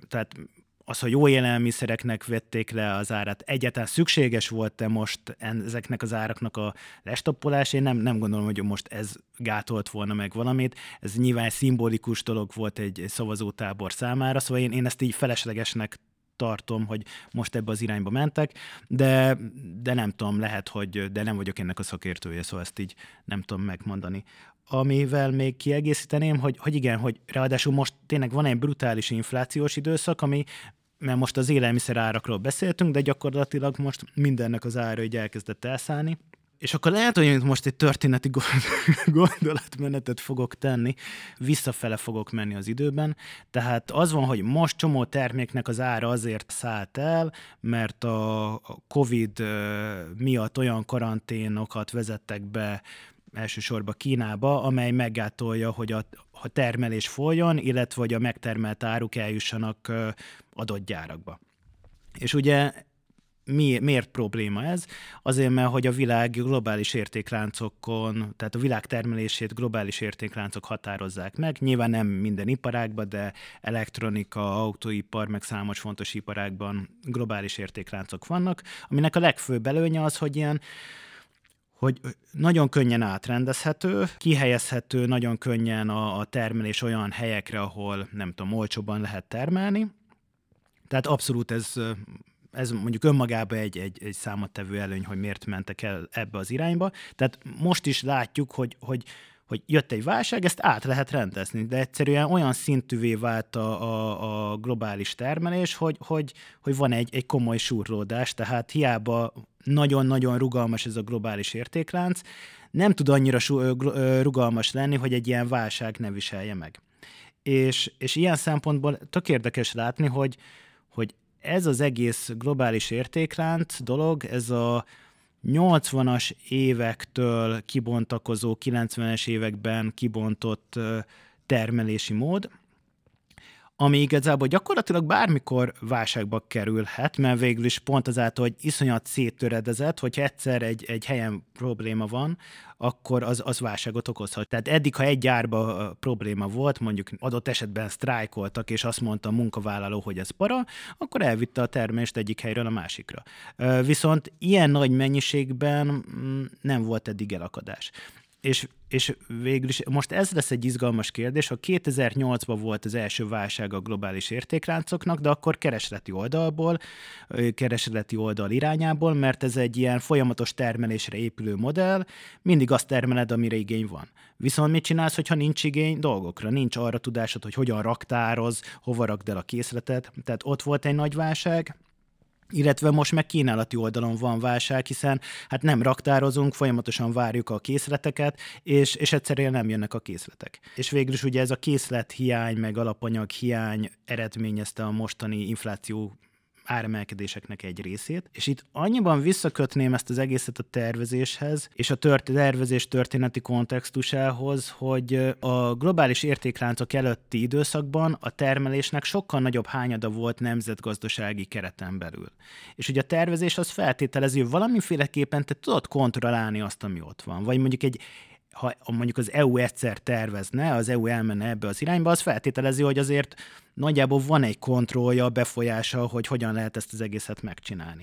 hogy jó élelmiszereknek vették le az árát, egyáltalán szükséges volt-e most ezeknek az áraknak a lestoppolás? Én nem gondolom, hogy most ez gátolt volna meg valamit. Ez nyilván egy szimbolikus dolog volt egy szavazótábor számára, szóval én ezt így feleslegesnek tartom, hogy most ebbe az irányba mentek, de nem tudom, lehet, de nem vagyok ennek a szakértője, szóval ezt így nem tudom megmondani. Amivel még kiegészíteném, hogy igen, hogy ráadásul most tényleg van egy brutális inflációs időszak, mert most az élelmiszer árakról beszéltünk, de gyakorlatilag most mindennek az ára így elkezdett elszállni. És akkor lehet, hogy most egy történeti gondolatmenetet fogok tenni, visszafele fogok menni az időben. Tehát az van, hogy most csomó terméknek az ára azért szállt el, mert a Covid miatt olyan karanténokat vezettek be elsősorban Kínába, amely meggátolja, hogy a termelés folyjon, illetve hogy a megtermelt áruk eljussanak adott gyárakba. És ugye miért probléma ez? Azért, mert hogy a világ globális értékláncokon, tehát a világ termelését globális értékláncok határozzák meg. Nyilván nem minden iparágban, de elektronika, autóipar, meg számos fontos iparágban globális értékláncok vannak, aminek a legfőbb előnye az, hogy ilyen hogy nagyon könnyen átrendezhető, kihelyezhető nagyon könnyen a termelés olyan helyekre, ahol nem tudom, olcsóban lehet termelni. Tehát abszolút ez mondjuk önmagában egy számottevő előny, hogy miért mentek el ebbe az irányba. Tehát most is látjuk, hogy jött egy válság, ezt át lehet rendezni, de egyszerűen olyan szintűvé vált a globális termelés, hogy van egy komoly súrlódás, tehát hiába nagyon-nagyon rugalmas ez a globális értéklánc, nem tud annyira rugalmas lenni, hogy egy ilyen válság ne viselje meg. És ilyen szempontból tök érdekes látni, hogy ez az egész globális értéklánc dolog, ez a 80-as évektől kibontakozó, 90-es években kibontott termelési mód, ami igazából gyakorlatilag bármikor válságba kerülhet, mert végül is pont azáltal, hogy iszonyat széttöredezett, hogyha egyszer egy helyen probléma van, akkor az válságot okozhat. Tehát eddig, ha egy gyárban probléma volt, mondjuk adott esetben sztrájkoltak, és azt mondta a munkavállaló, hogy ez para, akkor elvitte a termelést egyik helyről a másikra. Viszont ilyen nagy mennyiségben nem volt eddig elakadás. És végül is most ez lesz egy izgalmas kérdés, ha 2008-ban volt az első válság a globális értékláncoknak, de akkor keresleti oldal irányából, mert ez egy ilyen folyamatos termelésre épülő modell, mindig azt termeled, amire igény van. Viszont mit csinálsz, hogyha nincs igény dolgokra? Nincs arra tudásod, hogy hogyan raktároz, hova rakd el a készletet. Tehát ott volt egy nagy válság, illetve most meg kínálati oldalon van válság, hiszen hát nem raktározunk, folyamatosan várjuk a készleteket, és egyszerűen nem jönnek a készletek. És végül is ugye ez a készlethiány, meg alapanyag hiány eredményezte a mostani infláció áremelkedéseknek egy részét, és itt annyiban visszakötném ezt az egészet a tervezéshez, és a tervezés történeti kontextusához, hogy a globális értékláncok előtti időszakban a termelésnek sokkal nagyobb hányada volt nemzetgazdasági kereten belül. És ugye a tervezés az feltételezi, hogy valamiféleképpen te tudod kontrollálni azt, ami ott van. Vagy mondjuk ha mondjuk az EU egyszer tervezne, az EU elmenne ebbe az irányba, az feltételezi, hogy azért nagyjából van egy kontrollja, befolyása, hogy hogyan lehet ezt az egészet megcsinálni.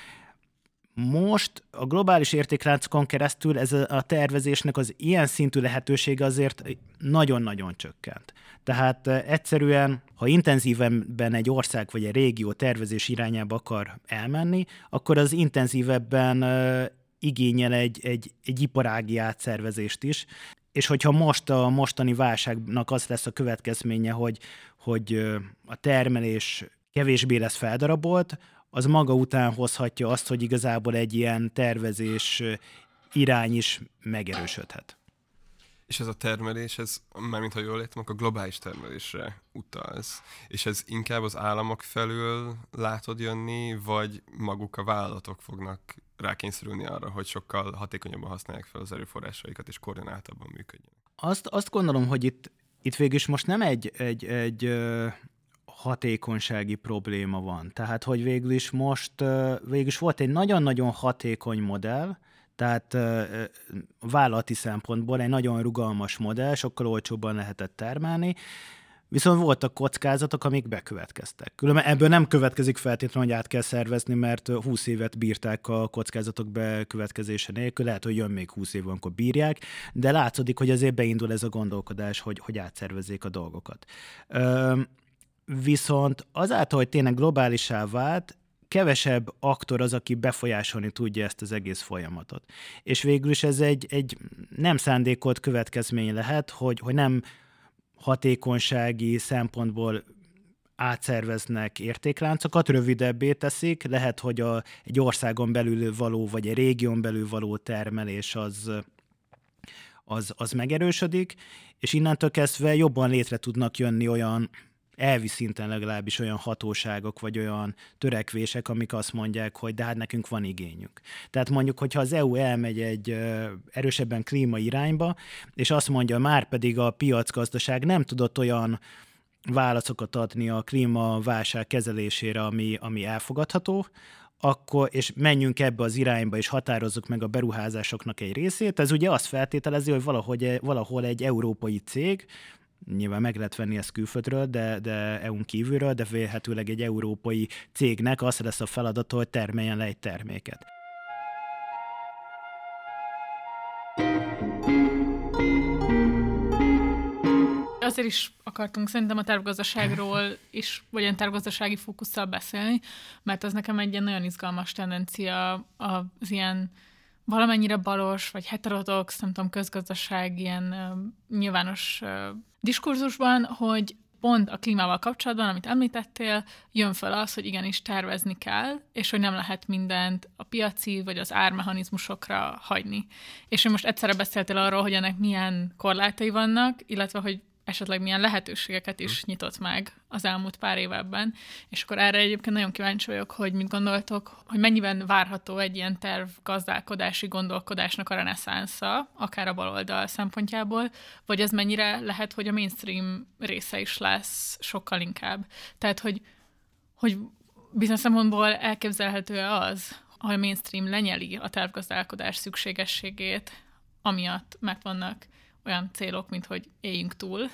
Most a globális értékláncokon keresztül ez a tervezésnek az ilyen szintű lehetősége azért nagyon-nagyon csökkent. Tehát egyszerűen, ha intenzívebben egy ország vagy egy régió tervezés irányába akar elmenni, akkor az intenzívebben igényel egy iparági átszervezést is, és hogyha most a mostani válságnak az lesz a következménye, hogy a termelés kevésbé lesz feldarabolt, az maga után hozhatja azt, hogy igazából egy ilyen tervezés irány is megerősödhet. És ez a termelés, ez, mármint ha jól értem, akkor a globális termelésre utalsz. És ez inkább az államok felől látod jönni, vagy maguk a vállalatok fognak rákényszerülni arra, hogy sokkal hatékonyabban használják fel az erőforrásaikat, és koordináltabban működjenek? Azt gondolom, hogy itt végül is most nem egy hatékonysági probléma van. Tehát, hogy végül is volt egy nagyon-nagyon hatékony modell, tehát vállalati szempontból egy nagyon rugalmas modell, sokkal olcsóbban lehetett termelni, viszont voltak kockázatok, amik bekövetkeztek. Különben ebből nem következik feltétlenül, hogy át kell szervezni, mert 20 évet bírták a kockázatok bekövetkezése nélkül, lehet, hogy jön még 20 év, amikor bírják, de látszódik, hogy azért beindul ez a gondolkodás, hogy átszervezzék a dolgokat. Viszont azáltal, hogy tényleg globálissá vált, kevesebb aktor az, aki befolyásolni tudja ezt az egész folyamatot. És végül is ez egy nem szándékolt következmény lehet, hogy nem hatékonysági szempontból átszerveznek értékláncokat, rövidebbé teszik, lehet, hogy egy országon belül való, vagy egy régión belül való termelés az megerősödik, és innentől kezdve jobban létre tudnak jönni olyan elvi szinten legalábbis olyan hatóságok, vagy olyan törekvések, amik azt mondják, hogy de hát nekünk van igényünk. Tehát mondjuk, hogyha az EU elmegy egy erősebben klíma irányba, és azt mondja, már pedig a piacgazdaság nem tudott olyan válaszokat adni a klímaválság kezelésére, ami elfogadható, akkor, és menjünk ebbe az irányba, és határozzuk meg a beruházásoknak egy részét. Ez ugye azt feltételezi, hogy valahol egy európai cég, nyilván meg lehet venni ezt külföldről, de EU-n kívülről, de vélhetőleg egy európai cégnek az lesz a feladata, hogy termeljen le egy terméket. azért is akartunk szerintem a tervgazdaságról is, vagy ilyen tervgazdasági fókusszal beszélni, mert az nekem egy ilyen nagyon izgalmas tendencia az ilyen valamennyire balos, vagy heterodox, nem tudom, közgazdaság ilyen nyilvános diskurzusban, hogy pont a klímával kapcsolatban, amit említettél, jön fel az, hogy igenis tervezni kell, és hogy nem lehet mindent a piaci vagy az ármechanizmusokra hagyni. És hogy most egyszerre beszéltél arról, hogy ennek milyen korlátai vannak, illetve hogy esetleg milyen lehetőségeket is nyitott meg az elmúlt pár évben. És akkor erre egyébként nagyon kíváncsi vagyok, hogy mit gondoltok, hogy mennyiben várható egy ilyen tervgazdálkodási gondolkodásnak a reneszánsza, akár a baloldal szempontjából, vagy ez mennyire lehet, hogy a mainstream része is lesz sokkal inkább. Tehát, hogy bizonyos szempontból elképzelhető az, hogy a mainstream lenyeli a tervgazdálkodás szükségességét, amiatt, mert vannak olyan célok, mint hogy éljünk túl,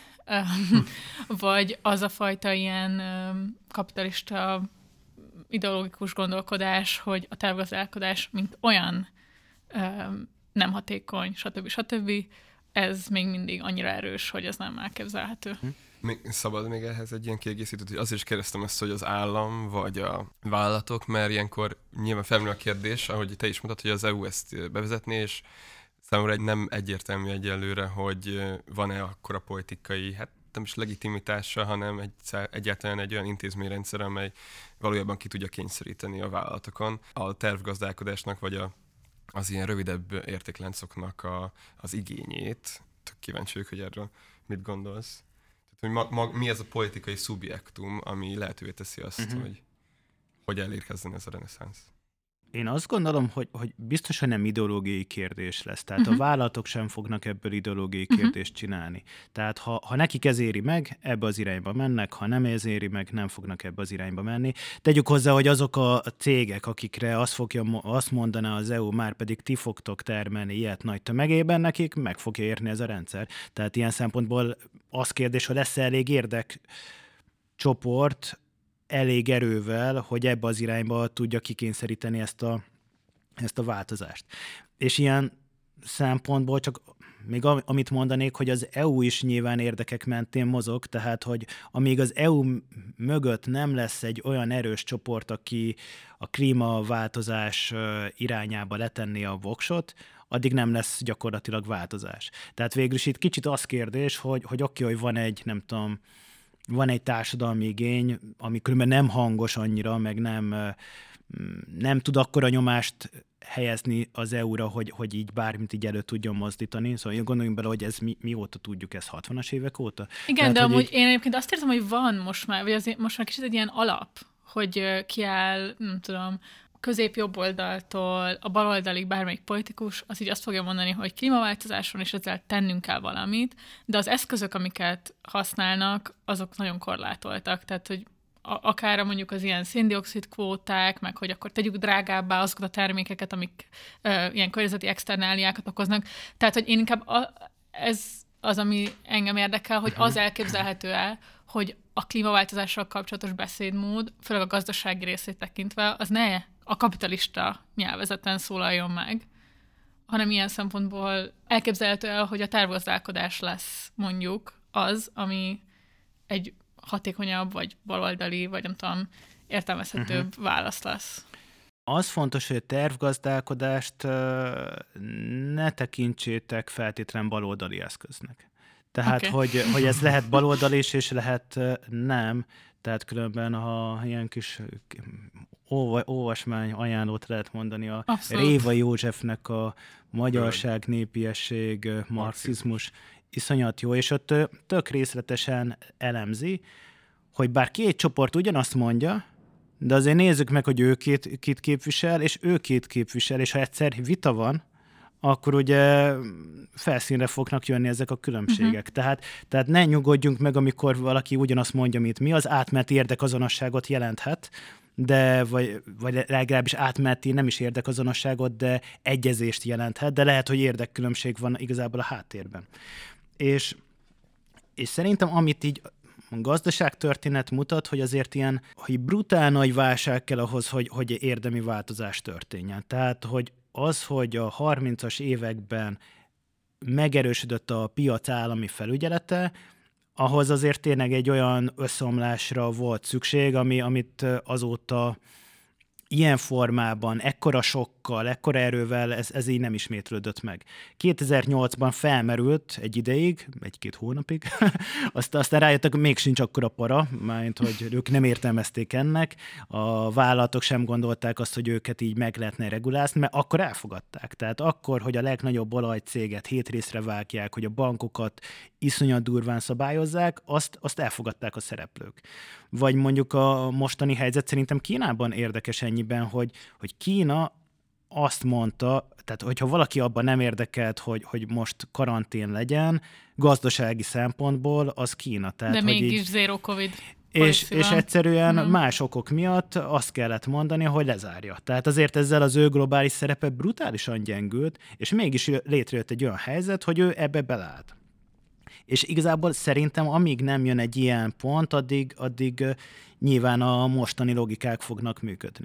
vagy az a fajta ilyen kapitalista ideológikus gondolkodás, hogy a tervgazdálkodás mint olyan nem hatékony, stb. Ez még mindig annyira erős, hogy ez nem elképzelhető. Szabad még ehhez egy ilyen kiegészítőt, hogy azért is kérdeztem ezt, hogy az állam vagy a vállalatok, mert ilyenkor nyilván felmerül a kérdés, ahogy te is mondtad, hogy az EU ezt bevezetné, és számomra nem egyértelmű egyelőre, hogy van-e akkora politikai, hát nem is legitimitása, hanem egyáltalán egy olyan intézményrendszer, amely valójában ki tudja kényszeríteni a vállalatokon a tervgazdálkodásnak, vagy az ilyen rövidebb értékláncoknak az igényét. Tök kíváncsi vagyok, hogy erről mit gondolsz. Tehát, hogy mi ez a politikai szubjektum, ami lehetővé teszi azt, hogy elérkezzen ez a reneszánsz. Én azt gondolom, hogy biztos, hogy nem ideológiai kérdés lesz. Tehát a vállalatok sem fognak ebből ideológiai kérdést csinálni. Tehát ha nekik ez éri meg, ebbe az irányba mennek, ha nem ez éri meg, nem fognak ebbe az irányba menni. Tegyük hozzá, hogy azok a cégek, akikre azt mondaná az EU, már pedig ti fogtok termelni ilyet nagy tömegében, nekik meg fogja érni ez a rendszer. Tehát ilyen szempontból az kérdés, hogy lesz elég érdekcsoport, elég erővel, hogy ebbe az irányba tudja kikényszeríteni ezt a változást. És ilyen szempontból csak még amit mondanék, hogy az EU is nyilván érdekek mentén mozog, tehát hogy amíg az EU mögött nem lesz egy olyan erős csoport, aki a klímaváltozás irányába letenni a voksot, addig nem lesz gyakorlatilag változás. Tehát végül is itt kicsit az kérdés, hogy oké, hogy van egy társadalmi igény, ami különben nem hangos annyira, meg nem tud akkora nyomást helyezni az EU-ra, hogy így bármit így elő tudjon mozdítani. Szóval gondoljunk bele, hogy ez mióta tudjuk, ez 60-as évek óta? Igen, tehát, de amúgy én egyébként azt érzem, hogy van most már, vagy azért most már kicsit egy ilyen alap, hogy kiáll, nem tudom, közép-jobb oldaltól a baloldalig bármelyik politikus, az így azt fogja mondani, hogy klímaváltozás van, és ezzel tennünk kell valamit, de az eszközök, amiket használnak, azok nagyon korlátoltak. Tehát, hogy akár mondjuk az ilyen széndioxid kvóták, meg hogy akkor tegyük drágábbá azokat a termékeket, amik ilyen környezeti externáliákat okoznak. Tehát, hogy én inkább ez az, ami engem érdekel, hogy az elképzelhető el, hogy a klímaváltozással kapcsolatos beszédmód, főleg a gazdasági részét tekintve, az ne a kapitalista nyelvezeten szólaljon meg, hanem ilyen szempontból elképzelhető el, hogy a tervgazdálkodás lesz mondjuk az, ami egy hatékonyabb, vagy baloldali, vagy nem tudom, értelmezhetőbb válasz lesz. Az fontos, hogy a tervgazdálkodást ne tekintsétek feltétlen baloldali eszköznek. Tehát, hogy ez lehet baloldali is, és lehet nem. Tehát különben, ha ilyen kis olvasmány ajánlót lehet mondani a Abszolút. Révai Józsefnek a Magyarság, népiesség, marxizmus, iszonyat jó, és ott tök részletesen elemzi, hogy bár két csoport ugyanazt mondja, de azért nézzük meg, hogy ő kit képvisel, és ő kit képvisel, és ha egyszer vita van, akkor ugye felszínre fognak jönni ezek a különbségek. Tehát ne nyugodjunk meg, amikor valaki ugyanazt mondja, mint mi, az átmeneti érdekazonosságot jelenthet, de vagy legalábbis átmeneti nem is érdekazonosságot, de egyezést jelenthet, de lehet, hogy érdekkülönbség van igazából a háttérben. És szerintem, amit így a gazdaságtörténet mutat, hogy azért ilyen, hogy brutál nagy válság kell ahhoz, hogy érdemi változás történjen. Tehát, hogy hogy a 30-as években megerősödött a piac állami felügyelete, ahhoz azért tényleg egy olyan összeomlásra volt szükség, amit azóta ilyen formában, ekkora sokkal, ekkora erővel ez így nem ismétlődött meg. 2008-ban felmerült egy ideig, 1-2 hónapig, aztán rájöttek, még sincs akkora para, mármint, hogy ők nem értelmezték ennek, a vállalatok sem gondolták azt, hogy őket így meg lehetne regulázni, mert akkor elfogadták. Tehát akkor, hogy a legnagyobb olajcéget 7 részre vágják, hogy a bankokat iszonyat durván szabályozzák, azt elfogadták a szereplők. Vagy mondjuk a mostani helyzet szerintem Kínában érdekes ennyiben, hogy Kína azt mondta, tehát hogyha valaki abban nem érdekelt, hogy most karantén legyen, gazdasági szempontból, az Kína. Tehát, de hogy mégis így, zero covid. és egyszerűen más okok miatt azt kellett mondani, hogy lezárja. Tehát azért ezzel az ő globális szerepe brutálisan gyengült, és mégis létrejött egy olyan helyzet, hogy ő ebbe beleállt. És igazából szerintem, amíg nem jön egy ilyen pont, addig nyilván a mostani logikák fognak működni.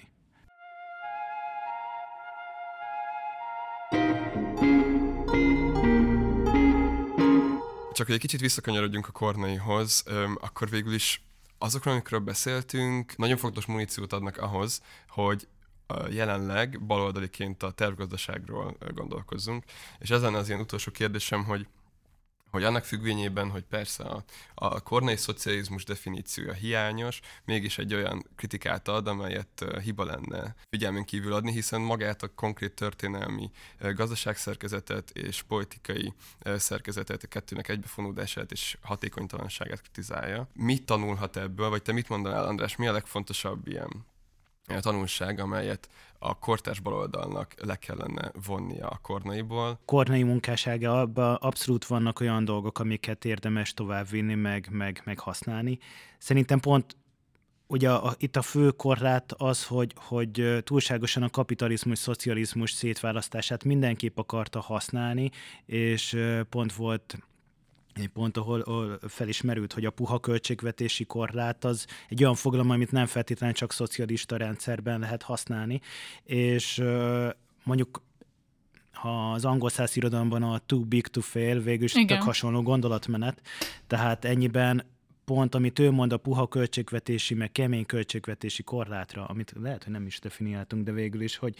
Csak hogy egy kicsit visszakanyarodjunk a Kornaihoz, akkor végül is azokról, amikről beszéltünk, nagyon fontos muníciót adnak ahhoz, hogy jelenleg baloldaliként a tervgazdaságról gondolkozzunk. És ez lenne az ilyen utolsó kérdésem, hogy annak függvényében, hogy persze a kornai szocializmus definíciója hiányos, mégis egy olyan kritikát ad, amelyet hiba lenne figyelmen kívül adni, hiszen magát a konkrét történelmi gazdaságszerkezetet és politikai szerkezetet, a kettőnek egybefonódását és hatékonytalanságát kritizálja. Mit tanulhat ebből, vagy te mit mondanál, András, mi a legfontosabb ilyen tanulság, amelyet a kortárs baloldalnak le kellene vonnia a Kornaiból? Kornai munkásságában abszolút vannak olyan dolgok, amiket érdemes továbbvinni, meg használni. Szerintem pont ugye itt a fő korlát az, hogy túlságosan a kapitalizmus, szocializmus szétválasztását mindenképp akarta használni, és pont volt egy pont, ahol felismerült, hogy a puha költségvetési korlát az egy olyan fogalom, amit nem feltétlenül csak szocialista rendszerben lehet használni, és mondjuk ha az angol száz irodalomban a too big to fail, végül is tök hasonló gondolatmenet, tehát ennyiben pont, amit ő mond a puha költségvetési, meg kemény költségvetési korlátra, amit lehet, hogy nem is definiáltunk, de végül is, hogy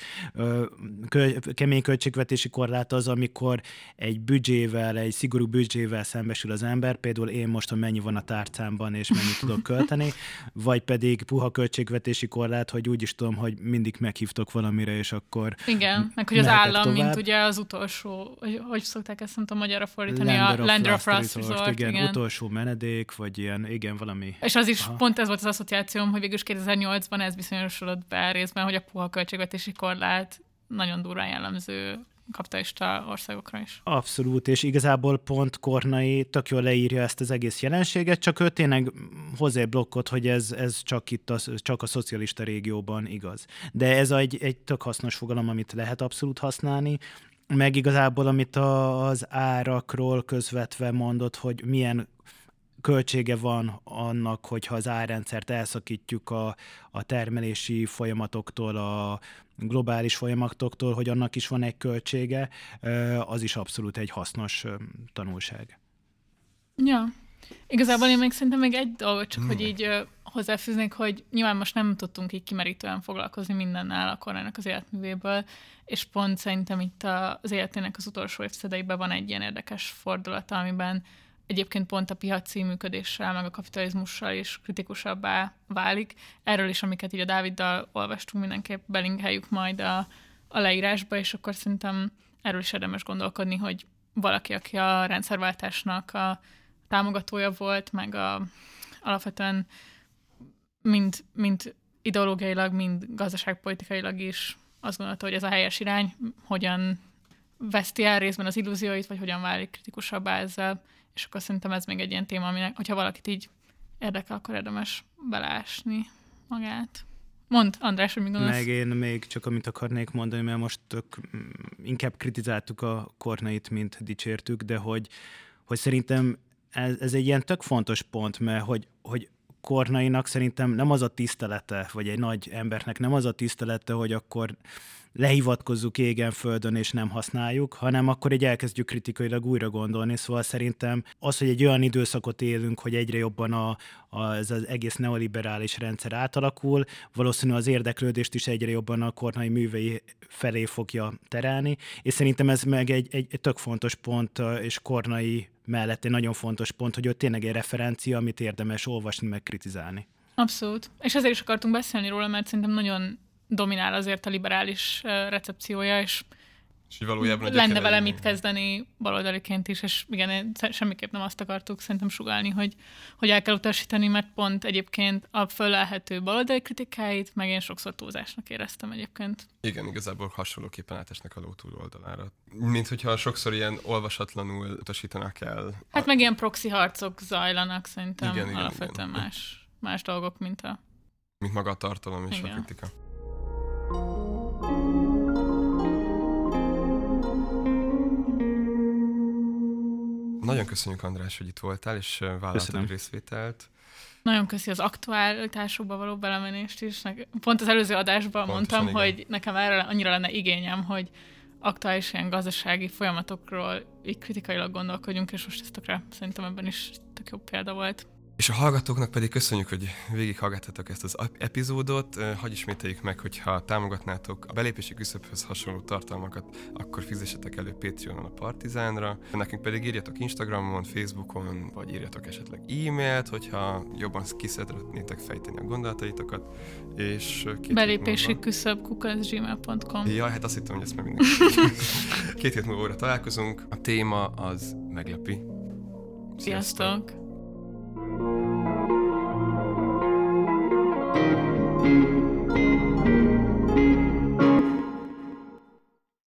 kemény költségvetési korlát az, amikor egy szigorú büdzsével szembesül az ember, például én most, hogy mennyi van a tárcámban, és mennyit tudok költeni, vagy pedig puha költségvetési korlát, hogy úgy is tudom, hogy mindig meghívtok valamire, és akkor igen, meg hogy az állam, tovább. Mint ugye az utolsó, hogy szokták ezt nem tudom magyarra fordítani, a Lender of Last Resort. Igen, utolsó menedék, vagy ilyen, igen, valami. És az is pont ez volt az asszociációm, hogy végül 2008-ban ez bizonyosodott be részben, hogy a puha költségvetési korlát nagyon durván jellemző kapitalista országokra is. Abszolút, és igazából pont Kornai tök jól leírja ezt az egész jelenséget, csak ő tényleg hozzá blokkot, hogy ez csak a szocialista régióban igaz. De ez egy tök hasznos fogalom, amit lehet abszolút használni, meg igazából, amit az árakról közvetve mondott, hogy milyen költsége van annak, hogyha az árrendszert elszakítjuk a termelési folyamatoktól, a globális folyamatoktól, hogy annak is van egy költsége, az is abszolút egy hasznos tanulság. Ja, igazából én még szerintem még egy dolgot csak, hogy így hozzáfűznék, hogy nyilván most nem tudtunk így kimerítően foglalkozni mindennel a Kornainak az életművéből, és pont szerintem itt az életének az utolsó évtizedeiben van egy ilyen érdekes fordulata, amiben egyébként pont a piaci működéssel, meg a kapitalizmussal is kritikusabbá válik. Erről is, amiket így a Dáviddal olvastunk, mindenképp belinkeljük majd a leírásba, és akkor szerintem erről is érdemes gondolkodni, hogy valaki, aki a rendszerváltásnak a támogatója volt, meg alapvetően mind ideológiailag, mind gazdaságpolitikailag is azt gondolta, hogy ez a helyes irány, hogyan veszti el részben az illúzióit, vagy hogyan válik kritikusabbá ezzel. És akkor szerintem ez még egy ilyen téma, aminek, hogyha valakit így érdekel, akkor érdemes beleásni magát. Mondd, András, hogy mi gondolsz? Meg én még csak amit akarnék mondani, mert most inkább kritizáltuk a Kornait, mint dicsértük, de hogy szerintem ez egy ilyen tök fontos pont, mert hogy Kornainak szerintem nem az a tisztelete, vagy egy nagy embernek nem az a tisztelete, hogy akkor lehivatkozzuk égen földön és nem használjuk, hanem akkor így elkezdjük kritikailag újra gondolni. Szóval szerintem az, hogy egy olyan időszakot élünk, hogy egyre jobban ez az egész neoliberális rendszer átalakul, valószínűleg az érdeklődést is egyre jobban a Kornai művei felé fogja terelni, és szerintem ez meg egy tök fontos pont, és Kornai mellett egy nagyon fontos pont, hogy ott tényleg egy referencia, amit érdemes olvasni, meg kritizálni. Abszolút. És ezért is akartunk beszélni róla, mert szerintem nagyon dominál azért a liberális recepciója, és valójában lenne vele mit kezdeni baloldaliként is, és igen, semmiképp nem azt akartuk szerintem sugálni, hogy el kell utasítani, mert pont egyébként a föllelhető baloldali kritikáit, meg én sokszor túlzásnak éreztem egyébként. Igen, igazából hasonlóképpen átesnek a ló túloldalára. Mint hogyha sokszor ilyen olvasatlanul utasítanak el. Hát meg ilyen proxy harcok zajlanak szerintem igen, alapvetően igen. Más dolgok, mint maga a tartalom és igen. a kritika. Nagyon köszönjük, András, hogy itt voltál, és vállaltad részvételt. Nagyon köszi az aktualitásokba való belemenést is. Pont az előző adásban mondtam, igen. Hogy nekem erre annyira lenne igényem, hogy aktuális ilyen gazdasági folyamatokról így kritikailag gondolkodjunk, és most ezt szerintem ebben is tök jó példa volt. És a hallgatóknak pedig köszönjük, hogy végighallgattatok ezt az epizódot. Hadd ismételjük meg, hogyha támogatnátok a belépési küszöbhöz hasonló tartalmakat, akkor fizessetek elő Patreonon a Partizánra. Nekünk pedig írjatok Instagramon, Facebookon, vagy írjatok esetleg e-mailt, hogyha jobban ki szeretnétek fejteni a gondolataitokat. És belépési küszöb@gmail.com. Ja, hát azt hittem, hogy ezt már mindenki. 2 hét múlva találkozunk. A téma az meglepi. Sziasztok! Thank you.